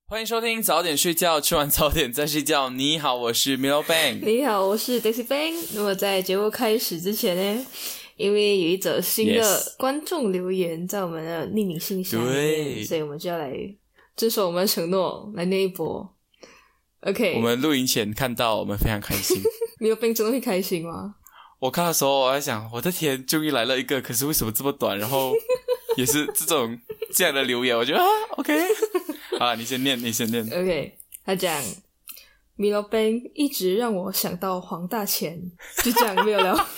欢迎收听早点睡觉，吃完早点再睡觉。你好，我是 Milo Bang。 你好，我是 Daisy Bang。那么在节目开始之前呢，因为有一则新的观众留言在我们的匿名信箱里面，所以我们就要来遵守我们的承诺，来念一波。OK， 我们录音前看到，我们非常开心。 Milo Bang 真的会开心吗？ 我看的时候，我在想，我的天，终于来了一个，可是为什么这么短？然后也是这样的留言，我觉得OK。好，你先念。 OK， 他讲 Milo Bang 一直让我想到黄大钱，就这样没有聊。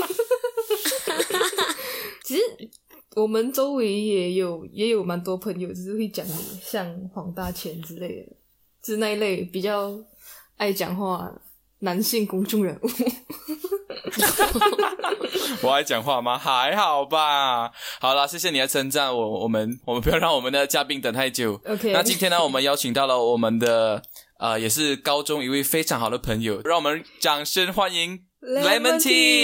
其实我们周围也有蛮多朋友，就是会讲你像黄大钱之类的，就是那一类比较爱讲话男性公众人物。 我爱讲话吗？还好吧。好啦，谢谢你的称赞，我们不要让我们的嘉宾等太久。 OK， 那今天呢，我们邀请到了我们的也是高中一位非常好的朋友，让我们掌声欢迎 Lemon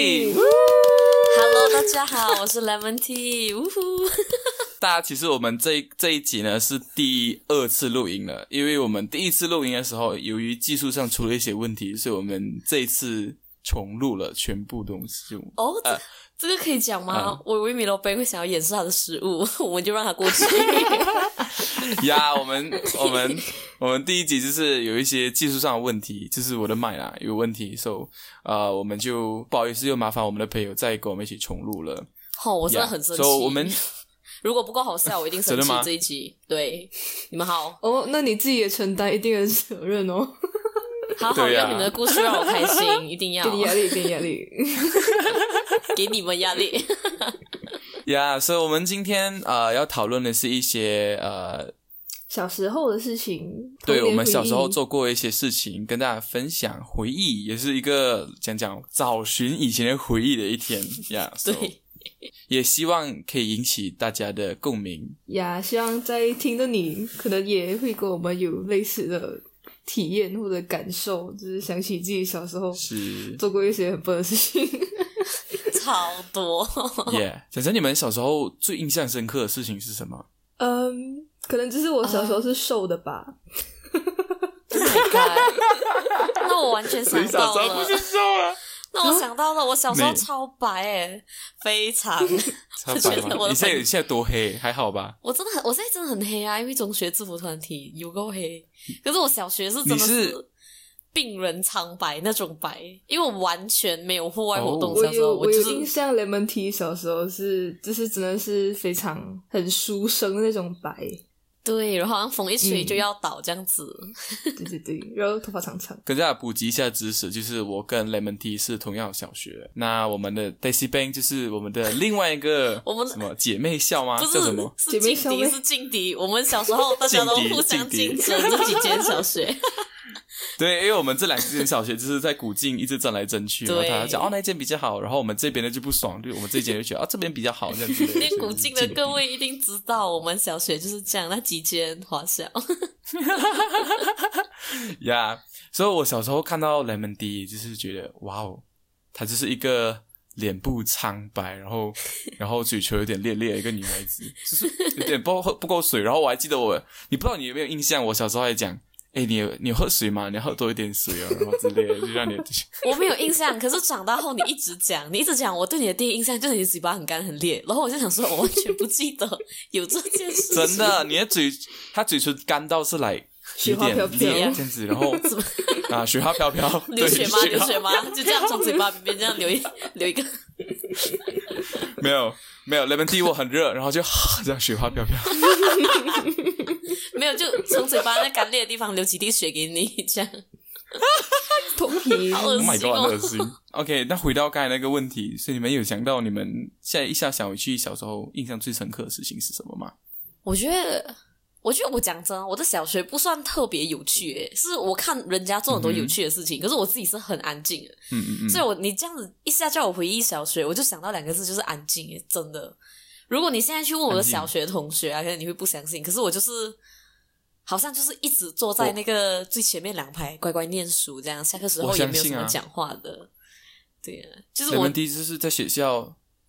Tea。Hello， 大家好，我是 Lemon Tea。呜呼！ 大家其实我们这一集呢是第二次录音了，因为我们第一次录音的时候，由于技术上出了一些问题，所以我们这一次重录了全部东西。 这个可以讲吗？我以为Milo Bang会想要掩饰他的失误，我们就让他过去。 呀，我们第一集就是有一些技术上的问题，就是我的麦啦有问题，所以我们就不好意思又麻烦我们的朋友再跟我们一起重录了。 我真的很生气。 所以我们如果不够好笑，我一定生气这一集。对，你们好。 那你自己也承担一定的责任哦。 好，让你们的故事让我开心，一定要。 给你压力， 给你们压力。 所以我们今天要讨论的是一些小时候的事情， 对，我们小时候做过一些事情，跟大家分享回忆，也是一个讲找寻以前的回忆的一天对， 也希望可以引起大家的共鸣希望在听的你可能也会跟我们有类似的体验或者感受，就是想起自己小时候做过一些很笨的事情。 超多。 讲真，你们小时候最印象深刻的事情是什么？ 可能就是我小时候是瘦的吧。 Oh my god！ 那我完全想到了。 谁小时候不是瘦啊？ 那我想到了，我小时候超白非常超白吗？你现在多黑？还好吧？ 我现在真的很黑啊，因为中学制服团体有够黑。可是我小学是真的是病人苍白那种白，因为我完全没有户外活动。小时候我有印象 Lemon Tea 小时候就是真的是非常很书生那种白。 对，然后好像风一吹就要倒这样子。 对，然后头发长长。 跟大家补集一下知识，就是我跟 Lemon Tea 是同样的小学。那我们的 Daisy Bang 就是我们的另外一个什么姐妹校吗？ 不是， 叫什么？ 是劲敌。我们小时候大家都互相竞争这几间小学。 对，因为我们这两间小学就是在古晋一直争来争去，然后他讲那一间比较好，然后我们这边的就不爽，就我们这间就觉得这边比较好这样子。 连古晋的各位一定知道，我们小学就是这样，那几间华小。 所以我小时候看到 Lemon Tea 就是觉得哇哦，她就是一个脸部苍白，然后嘴唇有点裂的一个女孩子，就是有点不够水。然后我还记得你不知道你有没有印象，我小时候还讲你有喝水吗？你要喝多一点水哦，然后之类的，就让你。 我没有印象，可是长大后你一直讲，我对你的第一印象就是你的嘴巴很干很裂，然后我就想说，我完全不记得有这件事情。 真的，你的他嘴唇干到是来雪花飘飘这样子，然后雪花飘飘， 流血吗？就这样从嘴巴里面这样流一个。 没有 Lemon Tea 我很热，然后就这样雪花飘飘。 没有，就从嘴巴那干裂的地方流几滴血给你，这样。 头皮， 好恶心 ，Oh my god， 恶心。OK， 那回到刚才那个问题，所以你们有想到你们现在一下想回去小时候印象最深刻的事情是什么吗？ 我觉得我讲真，我的小学不算特别有趣是我看人家做很多有趣的事情，可是我自己是很安静的。所以你这样子一下叫我回忆小学，我就想到两个字，就是安静真的。如果你现在去问我的小学同学可能你会不相信，可是我就是好像就是一直坐在那个最前面两排乖乖念书，这样下课时候也没有什么讲话的。对啊，就是我第一就是在学校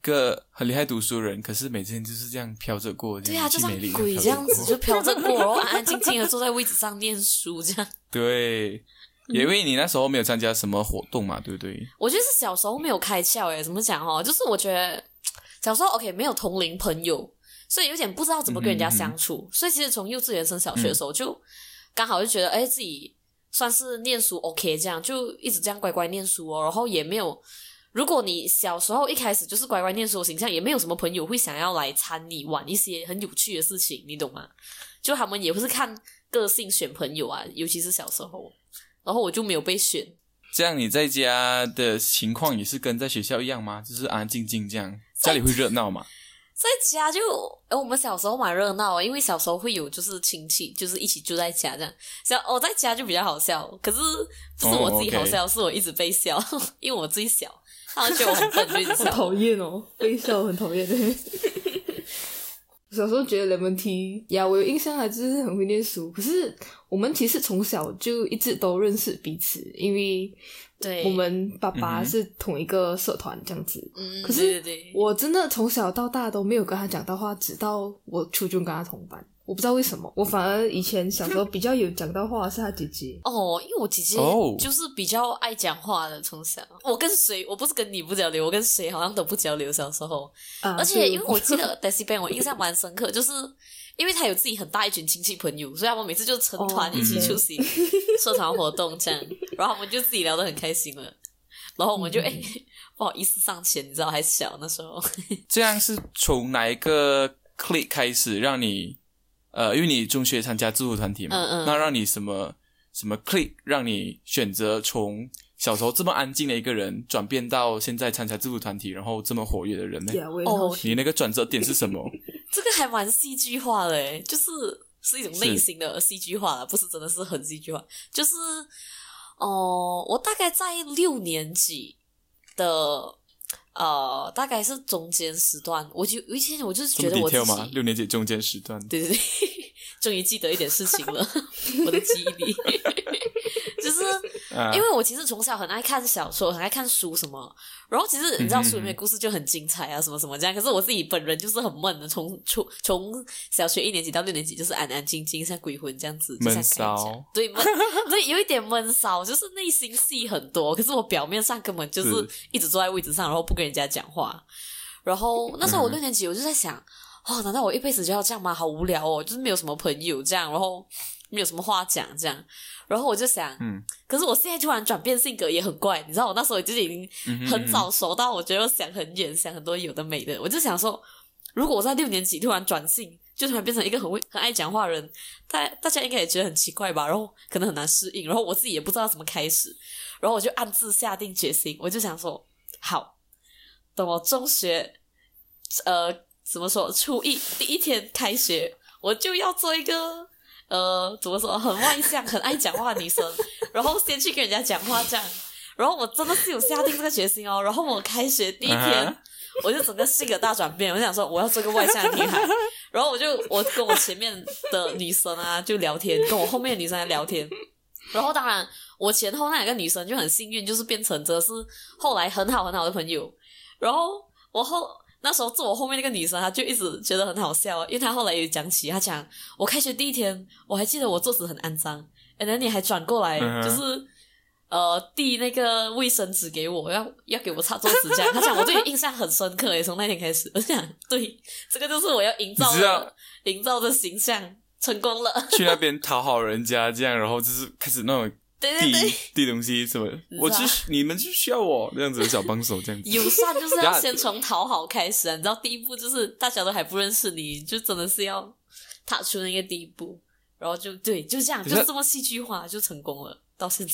个很厉害读书的人，可是每天就是这样飘着过， 对啊，就像美鬼这样子就飘着过，然后安安静静的坐在位置上念书这样。 对，也因为你那时候没有参加什么活动嘛，对不对？ 我觉得是小时候没有开窍诶，怎么讲哦？就是我觉得小时候 OK 没有同龄朋友，所以有点不知道怎么跟人家相处，所以其实从幼稚园升小学的时候就刚好就觉得自己算是念书 OK 这样，就一直这样乖乖念书哦，然后也没有，如果你小时候一开始就是乖乖念书的形象，也没有什么朋友会想要来掺你玩一些很有趣的事情，你懂吗？就他们也不是看个性选朋友啊，尤其是小时候，然后我就没有被选。 这样你在家的情况也是跟在学校一样吗？就是安安静静这样，家里会热闹吗？ 在家就我们小时候蛮热闹，因为小时候会有就是亲戚就是一起住在家这样。在家就比较好笑，可是不是我自己好笑，是我一直被笑，因为我自己小，他们觉得我很笨就一直笑。 好讨厌哦，被笑很讨厌的。小时候觉得 Lemon Tea 呀，我有印象，他就是很会念书。可是我们其实从小就一直都认识彼此，因为对我们爸爸是同一个社团这样子。可是对我真的从小到大都没有跟他讲到话，直到我初中跟他同班。我不知道为什么，我反而以前小时候比较有讲到话的是他姐姐。 哦，因为我姐姐就是比较爱讲话的，从小我跟谁，我不是跟你不交流，我跟谁好像都不交流小时候。而且因为我记得 Desi Bang 我印象蛮深刻，就是因为他有自己很大一群亲戚朋友，所以他们每次就成团一起出席社团活动这样，然后他们就自己聊得很开心了，然后我们就不好意思上前，你知道还小那时候。 这样是从哪一个 clique 开始让你因为你中学参加制服团体嘛，那让你什么 clique 让你选择从小时候这么安静的一个人转变到现在参加制服团体然后这么活跃的人呢？你那个转折点是什么？ 这个还蛮戏剧化的诶，是一种类型的戏剧化啦，不是真的是很戏剧化。就是我大概在6年级的大概是中间时段，有一天我就是觉得我自己这么 detail 吗？6年级中间时段， 对对对，终于记得一点事情了，我的记忆力。就是因为我其实从小很爱看小说，很爱看书什么，然后其实你知道书里面的故事就很精彩啊，什么什么这样。可是我自己本人就是很闷的，从小学1年级到6年级就是安安静静像鬼魂这样子， 闷骚， 对对，有一点闷骚，就是内心戏很多，可是我表面上根本就是一直坐在位置上，然后不跟人家讲话。然后那时候我6年级，我就在想，难道我一辈子就要这样吗？好无聊哦，就是没有什么朋友这样，然后没有什么话讲这样。然后我就想，可是我现在突然转变性格也很怪，你知道我那时候就已经很早熟到我觉得想很远，想很多有的没的。我就想说，如果我在6年级突然转性，就突然变成一个很爱讲话的人，大家应该也觉得很奇怪吧，然后可能很难适应，然后我自己也不知道怎么开始，然后我就暗自下定决心，我就想说，好，等我中学怎么说初一第一天开学，我就要做一个怎么说很外向很爱讲话的女生，然后先去跟人家讲话这样。然后我真的是有下定这个决心哦，然后我开学第一天我就整个性格大转变，我想说我要做个外向的女孩。然后我跟我前面的女生啊就聊天，跟我后面的女生来聊天。然后当然我前后那2个女生就很幸运，就是变成这是后来很好很好的朋友。然后那时候坐我后面那个女生，她就一直觉得很好笑，因为她后来也讲起，她讲我开学第一天，我还记得我桌子很肮脏，and then你还转过来，就是递那个卫生纸给我，要给我擦桌子这样。她讲我对你印象很深刻耶，从那天开始，我想对，这个就是我要营造的形象，成功了。 去那边讨好人家这样，然后就是开始那种。递东西什么，你们就需要我这样子的小帮手这样子。 友善就是要先从讨好开始啊，你知道第一步就是大家都还不认识你，就真的是要踏出那个第一步，然后就这样，就这么戏剧化就成功了，到现在。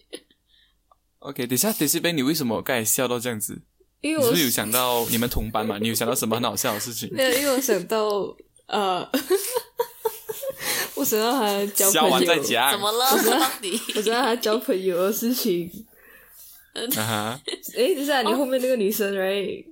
OK， 等一下 Desi Bang 你为什么刚才笑到这样子？ 因为你是不是有想到你们同班嘛？你有想到什么很好笑的事情？ 没有，因为我想到我想到他交朋友， 笑完再讲。 怎么了？到底？ 我想到他交朋友的事情。等一下，你后面那个女生 right？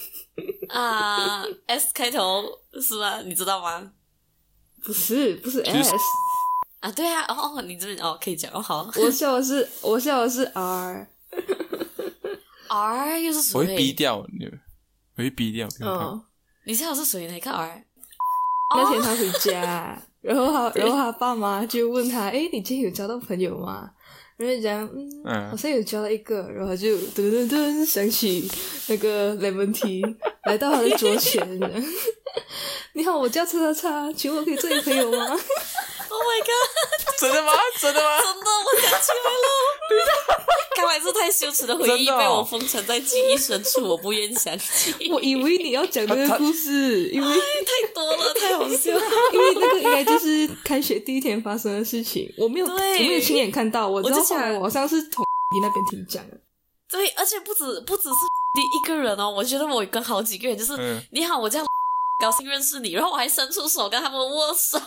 S 开头是吗？你知道吗？ 不是 S 啊，对啊，你这边可以讲好。 我笑的是 R 又是谁？ 我会逼掉你。 我会逼掉，不用怕。 你知道是谁？你看那天他回家，然后他爸妈就问他：“诶，你今天有交到朋友吗？”然后就讲：“好像有交了一个。”然后他就噔噔噔想起那个 lemon tea， 来到他的桌前。你好，我叫叉叉叉，请问我可以做你朋友吗？ Oh my god！ 真的吗？真的吗？ 真的，我想起来了。看来是太羞耻的回忆被我封存在记忆深处，我不愿想起。 我以为你要讲这个故事，因为太多了，太好笑了。 因为那个应该就是开学第一天发生的事情，我没有亲眼看到，我知道后来我好像是从你那边听讲的。 对，而且不只是第一个人哦，我觉得我跟好几个人，就是你好，我这样高兴认识你，然后我还伸出手跟他们握手。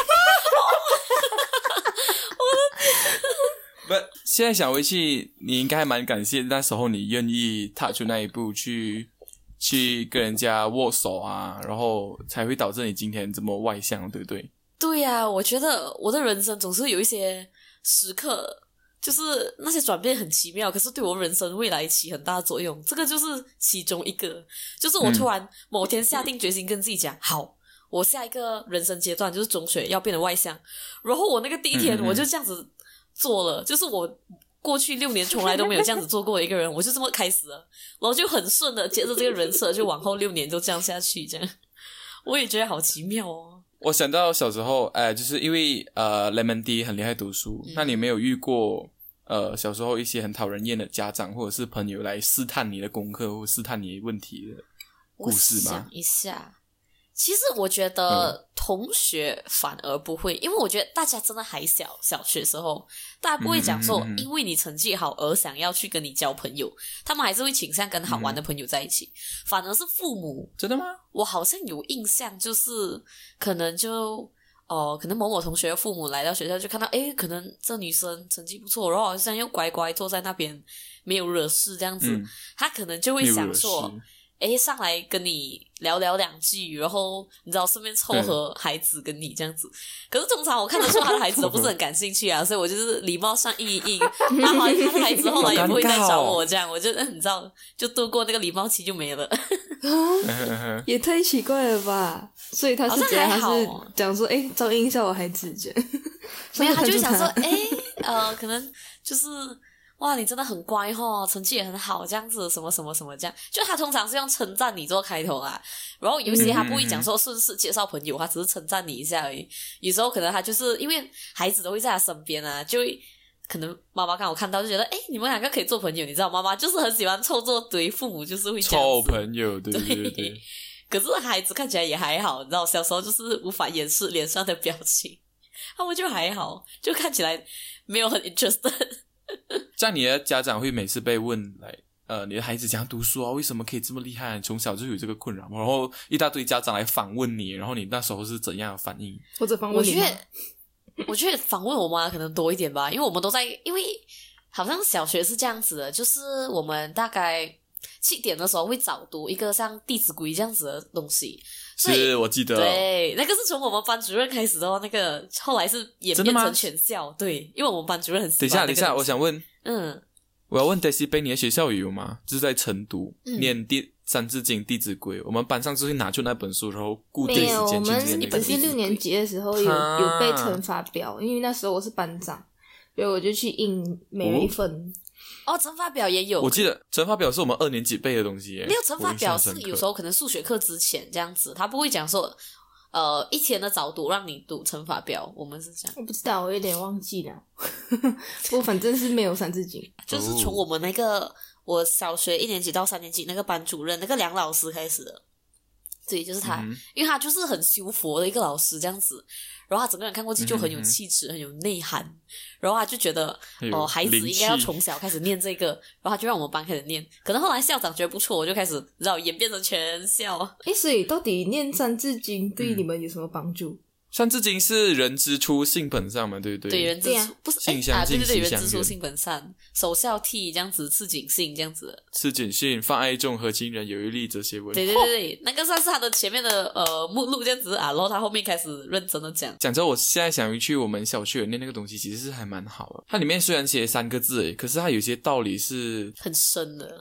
不，现在想回去，你应该还蛮感谢那时候你愿意踏出那一步去跟人家握手啊，然后才会导致你今天这么外向，对不对？ 对呀，我觉得我的人生总是有一些时刻，就是那些转变很奇妙，可是对我人生未来起很大的作用。这个就是其中一个，就是我突然某天下定决心跟自己讲，好，我下一个人生阶段就是中学要变得外向，然后我那个第一天我就这样子做了，就是我过去6年从来都没有这样子做过的一个人，我就这么开始了，然后就很顺的接着这个人设，就往后6年就这样下去，这样我也觉得好奇妙哦。 我想到小时候，就是因为Lemon D 很厉害读书，那你没有遇过小时候一些很讨人厌的家长或者是朋友来试探你的功课或试探你问题的故事吗？ 我想一下。其实我觉得同学反而不会，因为我觉得大家真的还小学时候，大家不会讲说因为你成绩好而想要去跟你交朋友，他们还是会倾向跟好玩的朋友在一起。反而是父母， 真的吗？ 我好像有印象，就是可能可能某某同学的父母来到学校就看到，可能这女生成绩不错，然后好像又乖乖坐在那边没有惹事这样子，他可能就会想说上来跟你聊聊2句，然后你知道顺便凑合孩子跟你这样子。可是通常我看得出他的孩子都不是很感兴趣啊，所以我就是礼貌上应一应，然后他的孩子后来也不会再找我这样，我就你知道就度过那个礼貌期就没了。 也太奇怪了吧。所以他是这样，他是讲说照应一下我孩子这样。 没有，他就会想说可能就是哇，你真的很乖齁，成绩也很好，这样子什么什么什么这样，就他通常是用称赞你做开头啦，然后有些他不会讲说顺势介绍朋友，他只是称赞你一下而已。有时候可能他就是因为孩子都会在他身边啊，就会可能妈妈刚好看到就觉得你们2个可以做朋友，你知道妈妈就是很喜欢凑作堆，父母就是会这样子凑朋友，对对对。 可是孩子看起来也还好，你知道小时候就是无法掩饰脸上的表情，他们就还好，就看起来没有很 interested。 这样你的家长会每次被问来你的孩子怎样读书啊？为什么可以这么厉害？从小就有这个困扰，然后一大堆家长来访问你，然后你那时候是怎样的反应？ 或者访问你吗？ 我觉得访问我妈可能多一点吧，因为我们都在，因为好像小学是这样子的，就是我们大概7点的时候会早读一个像《弟子规》这样子的东西。 是我记得对，那个是从我们班主任开始的那个后来是演变成全校。对，因为我们班主任很喜欢。 等一下我想问我要问 Daisy 杯，你的学校有吗？就是在成都念三字经弟子规，我们班上就会拿出那本书，然后固定时间去念那个弟子规。 没有，我们是6年级的时候有背乘法表，因为那时候我是班长，所以我就去印每人一份。 乘法表也有， 我记得乘法表是我们2年级背的东西耶。 没有，乘法表是有时候可能数学课之前这样子，他不会讲说一天的早读让你读乘法表，我们是这样。 我不知道，我有点忘记了。我反正是没有三字经， 就是从我们那个我小学1年级到3年级那个班主任那个梁老师开始的。对，就是他，因为他就是很修佛的一个老师这样子，然后他整个人看过去就很有气质，很有内涵，然后他就觉得孩子应该要从小开始念这个，然后他就让我们班开始念，可能后来校长觉得不错，我就开始演变成全校。 所以到底念三字经对你们有什么帮助？ 三字经是人之初性本善嘛，对不对？ 对，人之初不是性相近， 对，人之初性本善，首孝悌这样子，次谨信这样子的。 次谨信，泛爱众，合亲人，有余力，则协文。 对对对对，那个算是他的前面的目录这样子啊，然后他后面开始认真的讲。 讲着，我现在想回去我们小学有念那个东西，其实是还蛮好的。它里面虽然写3个字，可是它有些道理是很深的。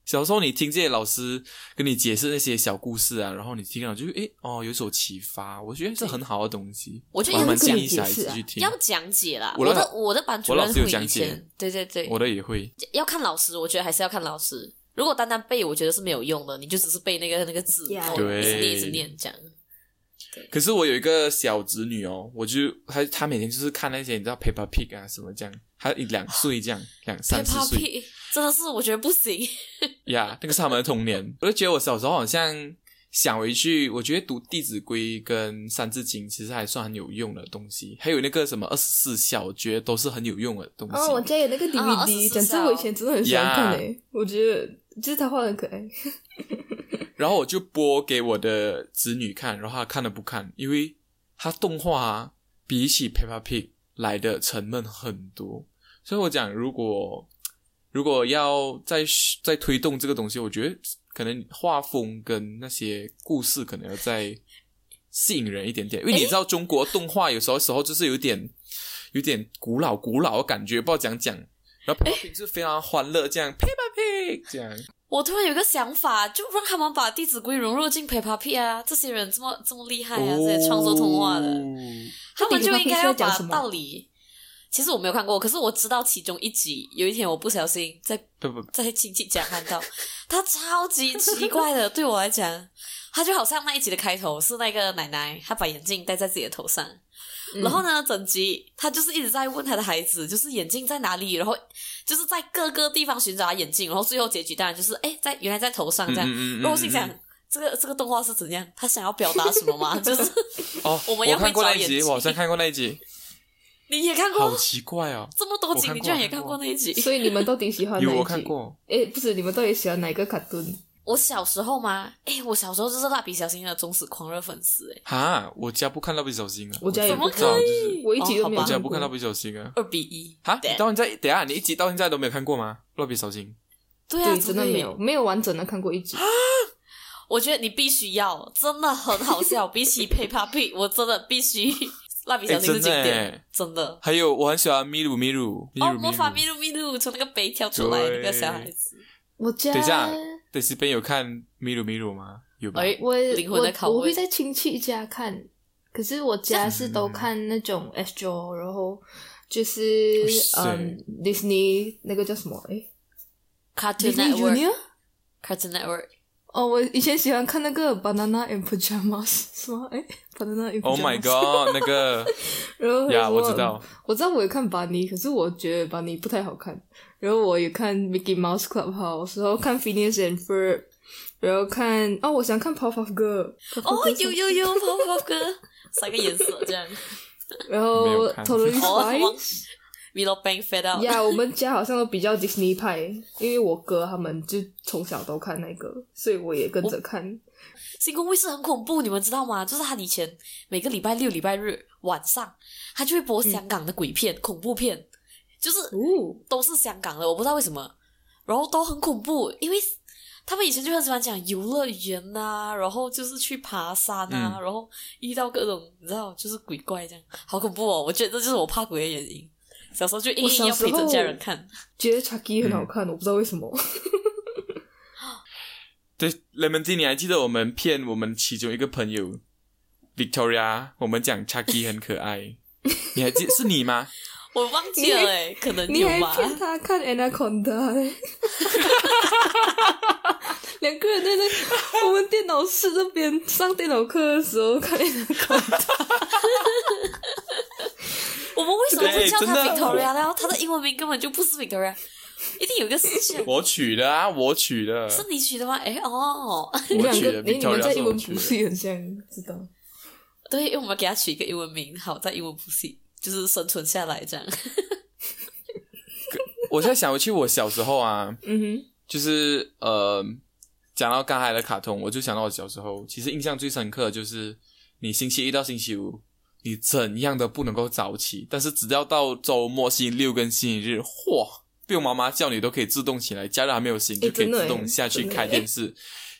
小时候你听这些老师跟你解释那些小故事啊，然后你听了就有所启发，我觉得是很好的东西。 我觉得蛮建议小孩子去听， 要讲解啦。我的班主任会有讲解， 对， 我的也会。 要看老师，我觉得还是要看老师。如果单单背，我觉得是没有用的，你就只是背那个字，然后一直念这样。 可是我有一个小侄女哦，她每天就是看那些你知道 Peppa Pig 啊什么这样，她2岁这样，2、3、4岁。 Peppa Pig 真的是我觉得不行。 呀，那个是他们的童年。我就觉得我小时候好像想回去，我觉得读《弟子规》跟《三字经》其实还算很有用的东西，还有那个什么24孝，我觉得都是很有用的东西。 我家有那个 DVD，讲真我以前真的很喜欢看诶，我觉得就是他画得很可爱。 然后我就播给我的侄女看，然后她看了不看，因为她动画比起 Peppa Pig 来的沉闷很多，所以我讲如果要再推动这个东西，我觉得可能画风跟那些故事可能要再吸引人一点点，因为你知道中国动画有时候就是有点古老的感觉，不知道讲。然后 Peppa Pig 就是非常欢乐，这样 Peppa Pig 这样。 我突然有一个想法，就让他们把《弟子规》融入进 Peppa Pig 啊！这些人这么厉害啊，这些创作童话的，他们就应该要把道理。其实我没有看过，可是我知道其中一集，有一天我不小心在亲戚家看到，他超级奇怪的。对我来讲，他就好像那一集的开头是那个奶奶，她把眼镜戴在自己的头上。然后呢，整集他就是一直在问他的孩子，就是眼镜在哪里，然后就是在各个地方寻找他眼镜，然后最后结局当然就是原来在头上这样。然后我心想，这个动画是怎样？他想要表达什么吗？就是我们要会找眼镜。 我好像看过那一集。 你也看过？ 好奇怪哦！ 这么多集你居然也看过那一集？ 所以你们到底喜欢哪一集？ 有我看过。 不是，你们到底喜欢哪个卡通？ 我小时候吗？我小时候就是蜡笔小新的忠实狂热粉丝哈，我家不看蜡笔小新啊。 我家也不看，我一集都没有看过。 我家不看蜡笔小新啊。 2:1。 哈，你到现在等一下，你一集到现在都没有看过吗？蜡笔小新？ 对啊， 真的没有完整的看过一集。 我觉得你必须要，真的很好笑。比起 Peppa Pig， 我真的必须。蜡笔小新是经典，真的。 还有我很喜欢咪鲁咪鲁， 魔法咪鲁从那个杯跳出来那个小孩子。 我家等一下，对这边有看咪鲁吗？有吧？ 我会在亲戚家看，可是我家是都看那种 SJO， 然后就是Disney 那个叫什么 Cartoon Network。 我以前喜欢看那个 Banana and Pajamas 是吗？Banana and Pajamas Oh my god 那个然后我知道我有看 Bunny， 可是我觉得 Bunny 不太好看。然后我也看 Mickey Mouse Clubhouse， 然后看 Phineas and Ferb， 然后看我想看 Powerpuff Girl。 有 Powerpuff Girl 3个颜色这样。 然后 Totally Spies。Milo Bang Fed Out。 我们家好像都比较 Disney 派，因为我哥他们就从小都看那个，所以我也跟着看。 星空卫视很恐怖，你们知道吗？就是他以前每个礼拜六、礼拜日晚上，他就会播香港的鬼片、恐怖片，就是都是香港的，我不知道为什么，然后都很恐怖，因为他们以前就很喜欢讲游乐园啊，然后就是去爬山啊，然后遇到各种你知道就是鬼怪这样，好恐怖哦！我觉得这就是我怕鬼的原因。小时候就硬要陪着家人看， 觉得 Chucky 很好看，我不知道为什么。 对 Lemon Tea， 你还记得我们骗我们其中一个朋友 Victoria， 我们讲 Chucky 很可爱，你还记得是你吗？ 我忘记了可能有吧。 你还骗他看 Anaconda 两个人在我们电脑室这边上电脑课的时候看 Anaconda。 我们为什么会叫他 Victoria 呢？他的英文名根本就不是 Victoria， 一定有一个事情。 我取的是你取的吗？ 我取的。 你们在英文补习很像，知道？ 对，因为我们给他取一个英文名，好在英文补习就是生存下来这样。 我现在想回去，我小时候啊，就是讲到刚才的卡通，我就想到我小时候，其实印象最深刻的就是你星期一到星期五。你怎样都不能够早起，但是只要到周末星期六跟星期日，不用妈妈叫你都可以自动起来，家人还没有醒就可以自动下去开电视，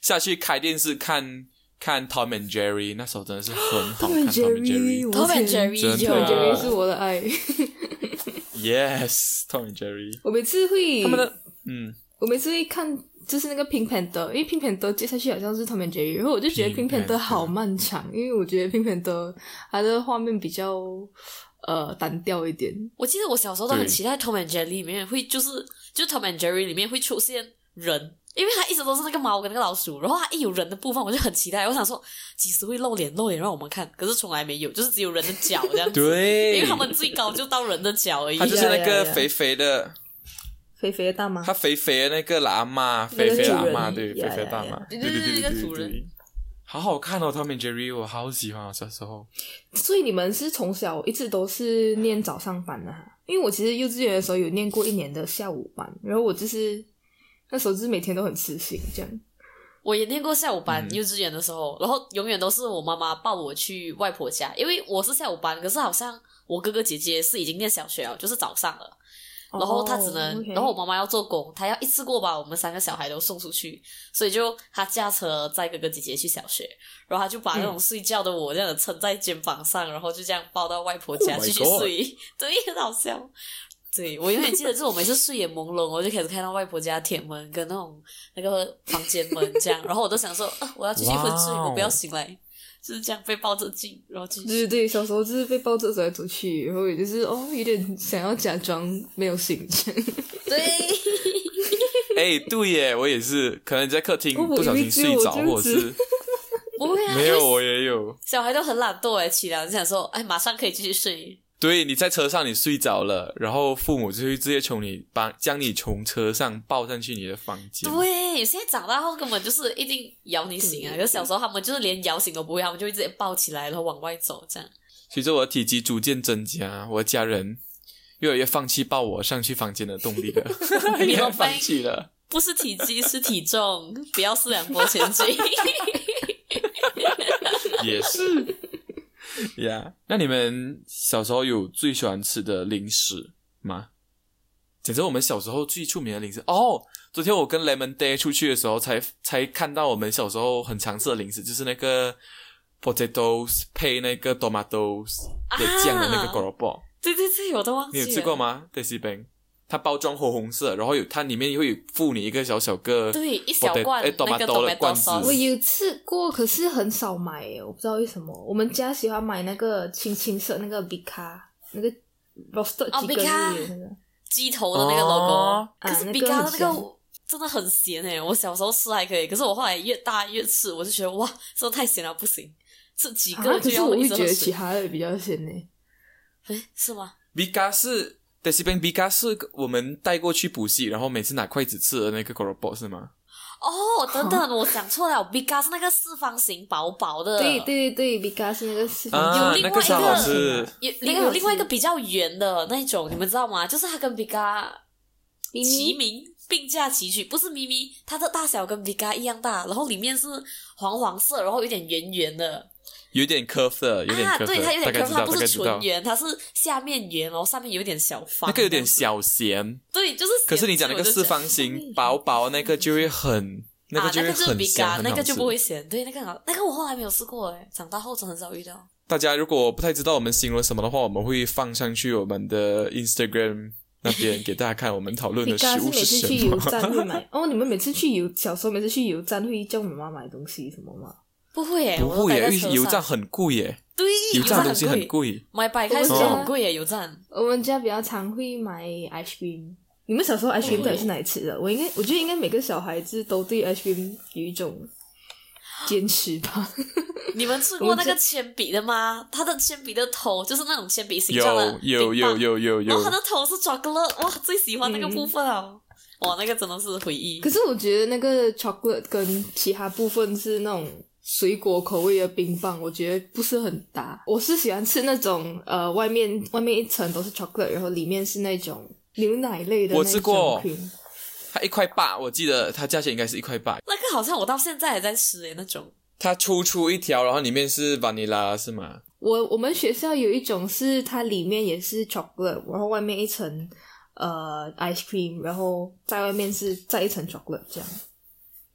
看 Tom and Jerry， 那时候真的是很好看。Tom and Jerry 是我的爱。 Yes， Tom and Jerry。 我每次会他们的我每次会看就是那个 Pink Panther， 因为 Pink Panther 接下去好像是 Tom and Jerry， 然后我就觉得 Pink Panther 好漫长，因为我觉得 Pink Panther 它的画面比较单调一点。 我记得我小时候都很期待 Tom and Jerry 里面会就是 Tom and Jerry 里面会出现人，因为它一直都是那个猫跟那个老鼠，然后它一有人的部分我就很期待，我想说几时会露脸让我们看，可是从来没有，就是只有人的脚这样子。 对， 因为他们最高就到人的脚而已。 他就是那个肥肥的肥肥的大妈， 他肥肥的那个喇嘛，肥肥喇嘛，对，肥肥大妈， 对对对，那个主人， 好好看哦 ，Tom and Jerry， 我好喜欢小时候。 所以你们是从小一直都是念早上班的哈？因为我其实幼稚园的时候有念过1年的下午班，然后我就是那时候就是每天都很痴心这样。 我也念过下午班，幼稚园的时候，然后永远都是我妈妈抱我去外婆家，因为我是下午班，可是好像我哥哥姐姐是已经念小学了，就是早上了。然后他只能然后我妈妈要做工，她要一次过把我们3个小孩都送出去，所以就她驾车载哥哥姐姐去小学，然后她就把那种睡觉的我这样撑在肩膀上，然后就这样抱到外婆家继续睡。对，很好笑。对，我永远记得就是我每次睡眼朦胧，我就开始看到外婆家铁门跟那个房间门这样，然后我都想说我要继续昏睡，我不要醒来，就是这样被抱着进，然后继续。对对，小时候就是被抱着走来走去，然后也就是有点想要假装没有醒这样。 对， 对耶，我也是，可能在客厅不小心睡着，或者是不会啊， 没有，我也有。 小孩都很懒惰起来就想说马上可以继续睡。 对，你在车上你睡着了，然后父母就会直接将你从车上抱上去你的房间。 对，现在长大后根本就是一定摇你醒啊，可是小时候他们就是连摇醒都不会，他们就会直接抱起来然后往外走这样。 随着我的体积逐渐增加，我的家人越来越放弃抱我上去房间的动力了。也放弃了， 不是体积是体重，不要4两拨千斤。 也是呀，那你们小时候有最喜欢吃的零食吗？讲真，我们小时候最出名的零食昨天我跟 Lemon Day 出去的时候才看到我们小时候很常吃的零食，就是那个 potatoes 配那个 tomatoes 的酱的那个 Gorobot。 对对对，我都忘记了。 你有吃过吗 Daisy Bang？ 它包装红色，然后它里面会附你一个小小个对一小罐那个 tomato 的罐子。 我有吃过，可是很少买耶，我不知道为什么。我们家喜欢买那个青色那个 Bika 那个 roasted chicken 那个鸡头的那个 logo，可是 Bika 的那个真的很咸耶。我小时候吃还可以，可是我后来越大越吃，我就觉得哇，真的太咸了，不行，吃几个就要一直喝水。可是我会觉得其他的比较咸耶。 是吗？ Bika 是 Decibel Bika 是我们带过去补习，然后每次拿筷子吃的那个 Gorobot 是吗？ 等等，我讲错了 ，Bika 是那个四方形薄薄的。 对对对 ，Bika 是那个四方形。 有另外一个， 有另外一个比较圆的那种，你们知道吗？就是它跟 Bika 齐名，并驾齐驱，不是咪咪，它的大小跟 Bika 一样大，然后里面是黄色，然后有点圆圆的。 有点curve 的，有点 curve 的， 对，它有点 curve， 它不是纯圆，它是下面圆，然后上面有点小方， 那个有点小咸。 对，就是咸。 可是你讲那个四方形薄薄那个就会很，那个就会很香， 那个就不会咸。对，那个我后来没有试过长大后真的很少遇到。 大家如果不太知道我们形容什么的话，我们会放上去我们的 Instagram 那边给大家看我们讨论的食物是什么。 每次去油站会买你们每次去小时候每次去油站会叫妈妈买东西什么吗？ 不会耶， 不会耶，因为油站很贵耶。 对， 油站的东西很贵， 买白开水很贵耶，油站。 我们家比较常会买 ice cream。你们小时候 ice cream 到底是哪里吃的？我觉得应该每个小孩子都对 ice cream 有一种坚持吧。 你们吃过那个铅笔的吗？它的铅笔的头就是那种铅笔形状的， 有。 然后它的头是 chocolate， 哇，最喜欢那个部分哦。哇，那个真的是回忆。 可是我觉得那个 chocolate 跟其他部分是那种水果口味的冰棒，我觉得不是很搭。我是喜欢吃那种外面一层都是 chocolate， 然后里面是那种牛奶类的那种 cream。 我吃过，它1.8块，我记得它价钱应该是1.8块。 那个好像我到现在还在吃那种。 它粗一条，然后里面是 vanilla 是吗？ 我们学校有一种是它里面也是 chocolate， 然后外面一层ice cream， 然后在外面是再一层 chocolate 这样。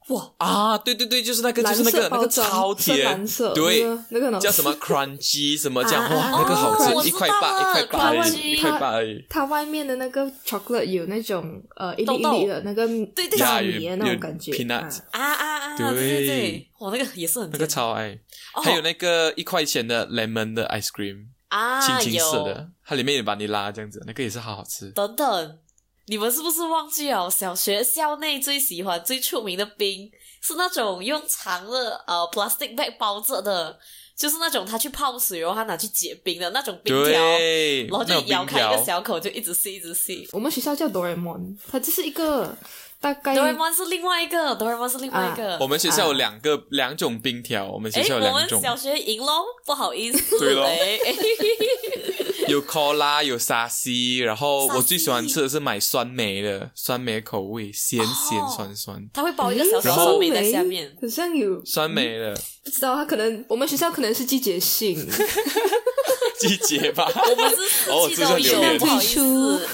哇啊，对对对，就是那个超甜， 蓝色对， 那个叫什么 crunchy 什么这样，哇， 哦那个好吃，1块8，1块8而已 ，crunchy ，1块8而已。 它外面的那个 chocolate 有那种一粒豆豆一粒的那个对对糙米的那种感觉。 有 peanut 对，我那个也是很那个超爱，还有那个1块钱的 lemon 的 ice cream， 青青色的，它里面有巴尼拉这样子，那个也是好好吃。 等等，你们是不是忘记了小学校内最喜欢最出名的冰是那种用长的plastic bag 包着的，就是那种他去泡水然后他拿去结冰的那种冰条， 对， 然后就咬开一个小口就一直吸一直吸。 我们学校叫 Doraemon， 它就是一个大概 Doraemon 是另外一个我们学校有两种冰条，我们学校有2种。 我们小学赢咯，不好意思。 对咯有 cola 有沙西，然后我最喜欢吃的是买酸梅的，酸梅口味，咸酸酸。 它会包一个小小酸梅在下面， 好像有酸梅的， 不知道它可能我们学校可能是季节性季节吧。 我们是四季都有，不好意思。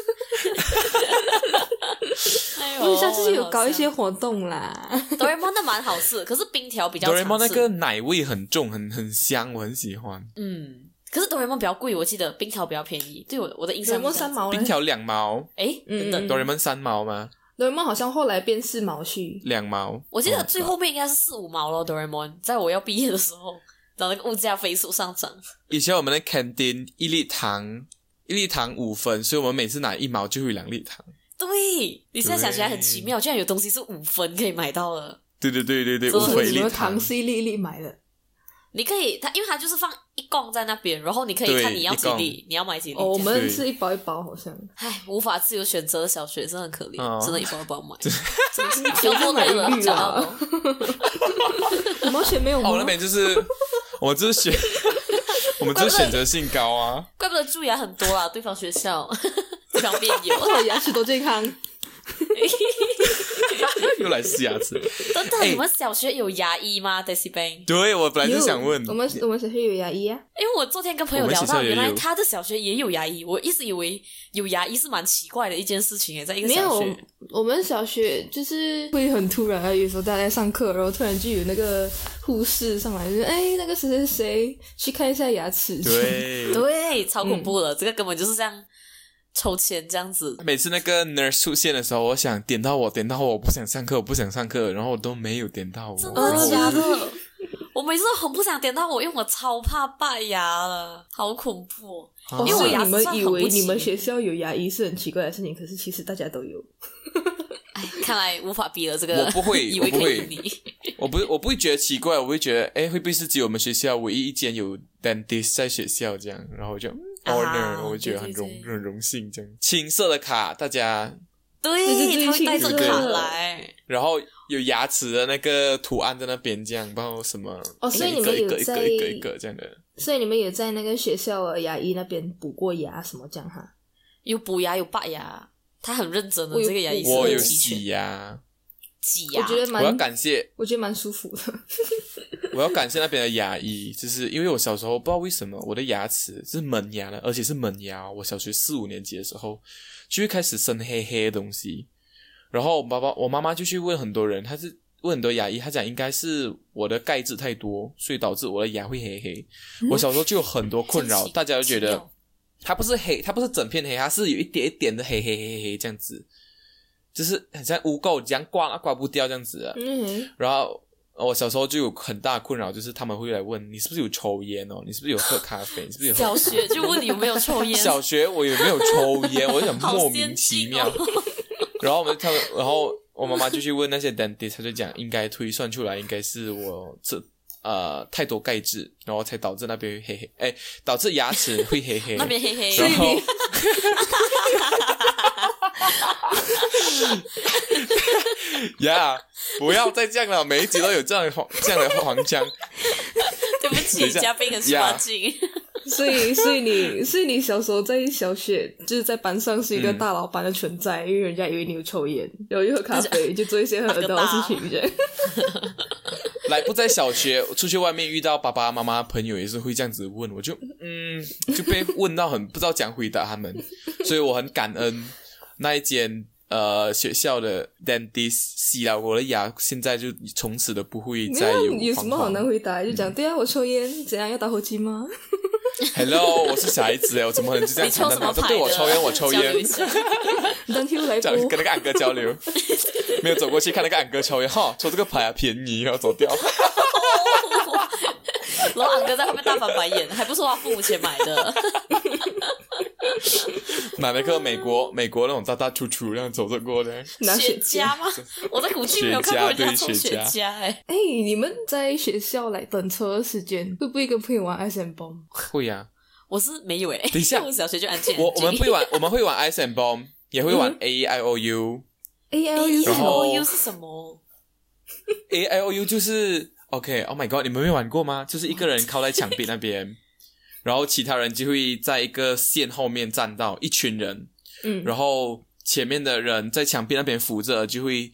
我们学校就是有搞一些活动啦。 Doraemon 的蛮好吃，可是冰条比较常吃。 Doraemon 那个奶味很重，很香，我很喜欢。 可是 Doraemon 比较贵，我记得冰条比较便宜。对我的印象 ，Doraemon 3毛， 冰条2毛。 等等 ，Doraemon 3毛吗 ？Doraemon 好像后来变4毛去 ，2毛。 我记得最后面应该是4-5毛咯。Doraemon 在我要毕业的时候，然后那个物价飞速上涨。 以前我们的 canteen 1粒糖5分，所以我们每次拿1毛就会2粒糖。 对，你现在想起来很奇妙，居然有东西是5分可以买到的。 对 ，5分一粒糖是一粒一粒买的。 你可以，因为它就是放一罐在那边，然后你可以看你要几粒，你要买几粒。 我们是一包一包，好像。 唉，无法自由选择的小学生很可怜，真的一包一包买。 真是有多买绿啊！5毛钱没有吗？ 我那边就是我们就是选择性高啊， 怪不得蛀牙很多啦，对方学校这方面有， 我牙齿多健康。 又来试牙齿。 等等，你们小学有牙医吗 ？Daisy Bang？ 对，我本来就想问， 我们小学有牙医啊。 因为我昨天跟朋友聊到，原来他的小学也有牙医，我一直以为有牙医是蛮奇怪的一件事情诶，在一个小学。 没有，我们小学就是会很突然，有时候大家在上课，然后突然就有那个护士上来，就那个谁谁谁去看一下牙齿。 对，超恐怖的，这个根本就是这样。抽签这样子， 每次那个 nurse 出现的时候，我想点到我，我不想上课，然后我都没有点到我。 真的假的？我每次都很不想点到我，因为我超怕败牙了，好恐怖哦。因为我牙齿算很不齐。 你们以为你们学校有牙医是很奇怪的事情，可是其实大家都有。 看来无法比了这个。 我不会， 以为可以你。 我不会觉得奇怪，我会觉得，会不会是只有我们学校唯一一间有 dentist 在学校这样，然后我就honor，我觉得很荣幸这样。青色的卡，大家对，他会带着卡来， 然后有牙齿的那个图案在那边，这样不知道什么。 所以你们有在一个这样的。 所以你们有在那个学校的牙医那边补过牙什么这样哈？ 有补牙有拔牙，他很认真的这个牙医师。 我有洗牙。 我觉得我要感谢， 我觉得蛮舒服的。 我要感谢那边的牙医，就是因为我小时候不知道为什么我的牙齿是门牙的，而且是门牙。我小学4-5年级的时候就会开始生黑黑的东西，然后我妈妈就去问很多人，她是问很多牙医，她讲应该是我的钙质太多，所以导致我的牙会黑黑。我小时候就有很多困扰，大家就觉得它不是黑，它不是整片黑，它是有一点一点的黑这样子。就是很像污垢这样刮不掉这样子的。然后我小时候就有很大的困扰，就是他们会来问你是不是有抽烟哦，你是不是有喝咖啡，你是不是有小学就问你有没有抽烟。 小学我有没有抽烟，我就想莫名其妙。然后然后我妈妈就去问那些 dentist， 他就讲应该推算出来应该是我太多钙质，然后才导致那边黑黑，导致牙齿会黑黑， 那边黑黑， 然后呀，不要再这样了，每一集都有这样的黄腔。 对不起，嘉宾很刷劲。 所以你小时候在小学就是在班上是一个大老板的存在，因为人家以为你有抽烟，然后又喝咖啡，就做一些很恶的事情这样。 来，不在小学，出去外面遇到爸爸妈妈朋友也是会这样子问，我就被问到很不知道怎样回答他们，所以我很感恩那一间学校的 dentist 洗了我的牙，现在就从此都不会再有什么好难回答？就讲对啊，我抽烟，怎样要打火机吗 ？Hello， 我是小孩子我怎么能就这样简单说对我抽烟，我抽烟。 当天来跟那个安哥交流，没有走过去看那个安哥抽烟，哈，抽这个牌啊便宜，然后走掉。 然后安哥在后面大翻白眼，还不是他父母钱买的。 买了个美国那种大大粗粗这样走着过的雪茄吗？我在古迹没有看过人家抽雪茄你们在学校来等车的时间会不会跟朋友玩 Ice and Bomb？ 会啊， 我是没有等一下， 我小学就安静。 我们会玩 Ice and Bomb， 也会玩 AIOU。AIOU 是什么 ？AIOU 就是OK，Oh my God， 你们没玩过吗？就是一个人靠在墙壁那边。然后其他人就会在一个线后面站到一群人，然后前面的人在墙壁那边扶着，就会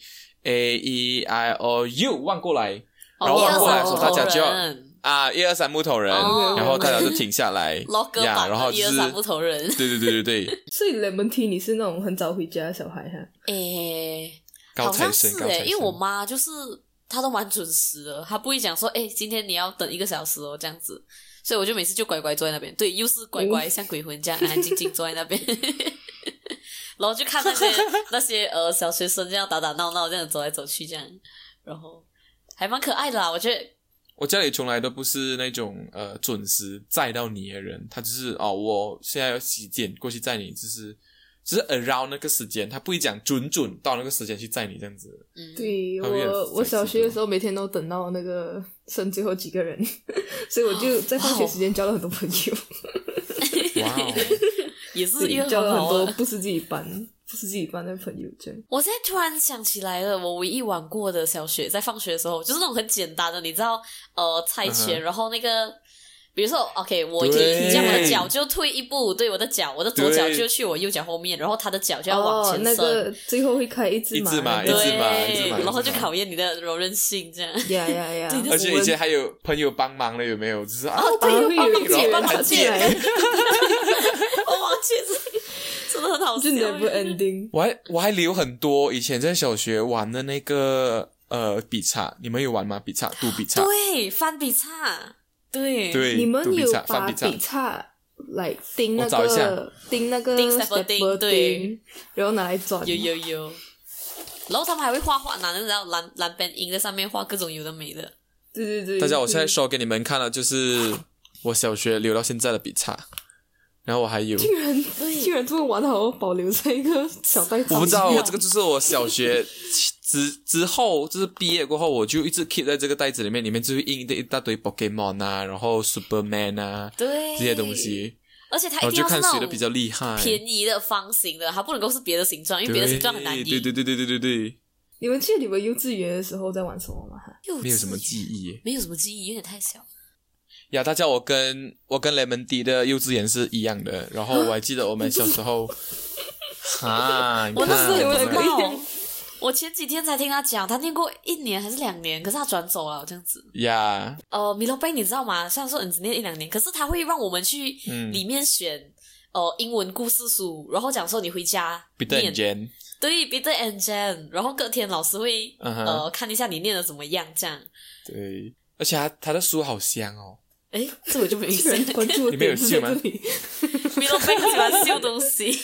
AEIOU 望过来，然后望过来的时候大家就要1、2、3木头人，然后大家就停下来，然后就是 1、2、3木头人， 对。 所以 Lemon Tea 你是那种很早回家的小孩哈？ 高材生， 因为我妈就是她都蛮准时的，她不会讲说今天你要等1个小时这样子。所以我就每次就乖乖坐在那边，对，又是乖乖像鬼魂这样安安静静坐在那边，然后就看那些小学生这样打打闹闹这样走来走去这样，然后还蛮可爱的啦，我觉得。 我家里从来都不是那种准时载到你的人，他就是我现在要几点过去载你，只是 around 那个时间，他不会讲准到那个时间去载你这样子。 对，我小学的时候每天都等到那个剩最后几个人，所以我就在放学时间交了很多朋友。 哇也是交了很多不是自己班的朋友这样。 我现在突然想起来了，我唯一玩过的小学在放学的时候就是那种很简单的，你知道猜拳，然后那个比如说 OK 我这样我的脚就退一步，对，我的左脚就去我右脚后面，然后他的脚就要往前伸， 那个最后会开一字马， 对，然后就考验你的柔韧性这样。 呀而且以前还有朋友帮忙了，有没有？就是对，有帮忙借来我忘记真的很好笑， 就 never ending。 我还留很多以前在小学玩的那个笔叉，你们有玩吗？笔叉，赌笔叉， 对，翻笔叉，对， 你们有把笔叉来钉那个stepper钉，然后拿来转， 有，然后他们还会画拿那个蓝边印在上面画各种有的没的。 对， 大家我现在show给你们看了，就是我小学留到现在的笔叉。然后我还有， 竟然这么完好保留在一个小袋子。 我不知道，这个就是我小学之后，就是毕业过后，我就一直 keep 在这个袋子里面就会印一大堆 Pokemon 啊，然后 Superman 啊， 对， 这些东西。 而且它一定要是那种比较厉害、 便宜的方形的，它不能够是别的形状，因为别的形状很难印。 对。 你们记得你们幼稚园的时候在玩什么吗？ 没有什么记忆耶， 没有什么记忆，有点太小。 呀，大家我跟 Lemon D 的幼稚园是一样的，然后我还记得我们小时候我那时候也不知道，我前几天才听他讲，他念过1年还是2年，可是他转走了这样子。 呀， 米洛贝你知道吗？虽然说你只念1-2年，可是他会让我们去里面选英文故事书，然后讲说你回家念 Peter and Jane， 对 Peter and Jane， 然后隔天老师会看一下你念的怎么样这样。 对，而且他的书好香哦。 这我就没事。 关注你没有秀吗？ 米洛贝很喜欢秀东西。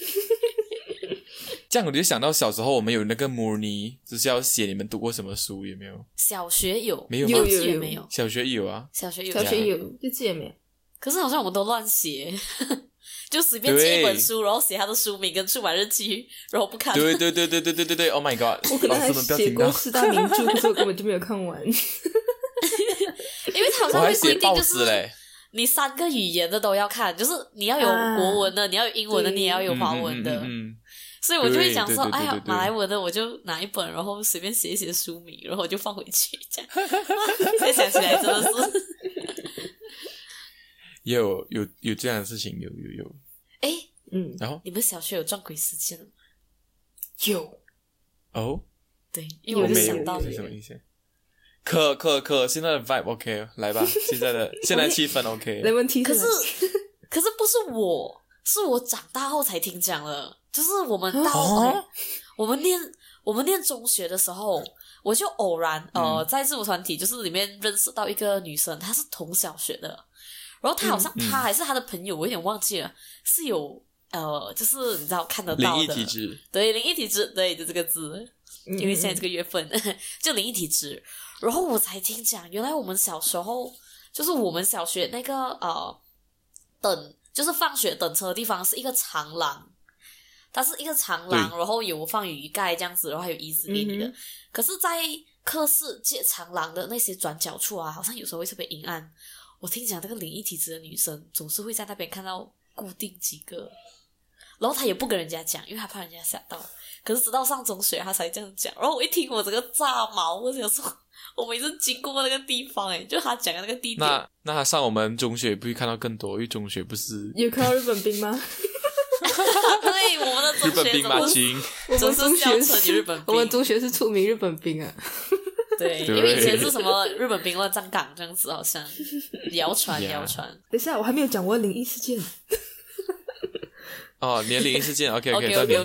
这样我就想到小时候我们有那个模拟，就是要写你们读过什么书，有没有？ 小学有， 没有？ 幼稚园没有？ 小学有啊， 小学有， 幼稚园没有。 可是好像我们都乱写，就随便借一本书，然后写他的书名跟出版日期，然后不看。 对 ，Oh my God！ 我可能还写过4大名著，可是我根本就没有看完。 因为他好像会规定，就是你3个语言的都要看，就是你要有国文的，你要有英文的，你也要有华文的。所以我就会讲说，哎呀，马来文的我就拿一本，然后随便写一写书名，然后我就放回去，这样。现在想起来真的是， 有这样的事情，有。然后你们小学有撞鬼事件吗？ 有。 哦， 对，因为我就想到是什么意思？可现在的 vibe OK 来吧，现在气氛 OK。 没问题。 可是不是我，是我长大后才听讲了。 就是我们到、我们念中学的时候，我就偶然在制服团体就是里面认识到一个女生，她是同小学的，然后她好像她还是她的朋友，我有点忘记了，是有就是你知道看得到的灵异体质， 对，灵异体质，对，就这个字，因为现在这个月份就灵异体质，然后我才听讲，原来我们小时候就是我们小学那个就是放学等车的地方是一个长廊。它是一个长廊，然后有放雨盖这样子，然后还有椅子给你的。可是，在课室借长廊的那些转角处啊，好像有时候会特别阴暗。我听讲那个灵异体质的女生总是会在那边看到固定几个，然后她也不跟人家讲，因为她怕人家吓到。可是直到上中学，她才这样讲。然后我一听，我这个炸毛，我想说，我每次经过那个地方，就她讲的那个地点。 那她上我们中学不会看到更多，因为中学不是有看到日本兵吗？ 对，我们的中学日本兵马经， 我们中学是日本兵， 我们中学是出名日本兵啊。 对，因为以前是什么日本兵乱站岗这样子，好像谣传。 等一下，我还没有讲我的灵异事件。 哦，你的灵异事件 ，OK，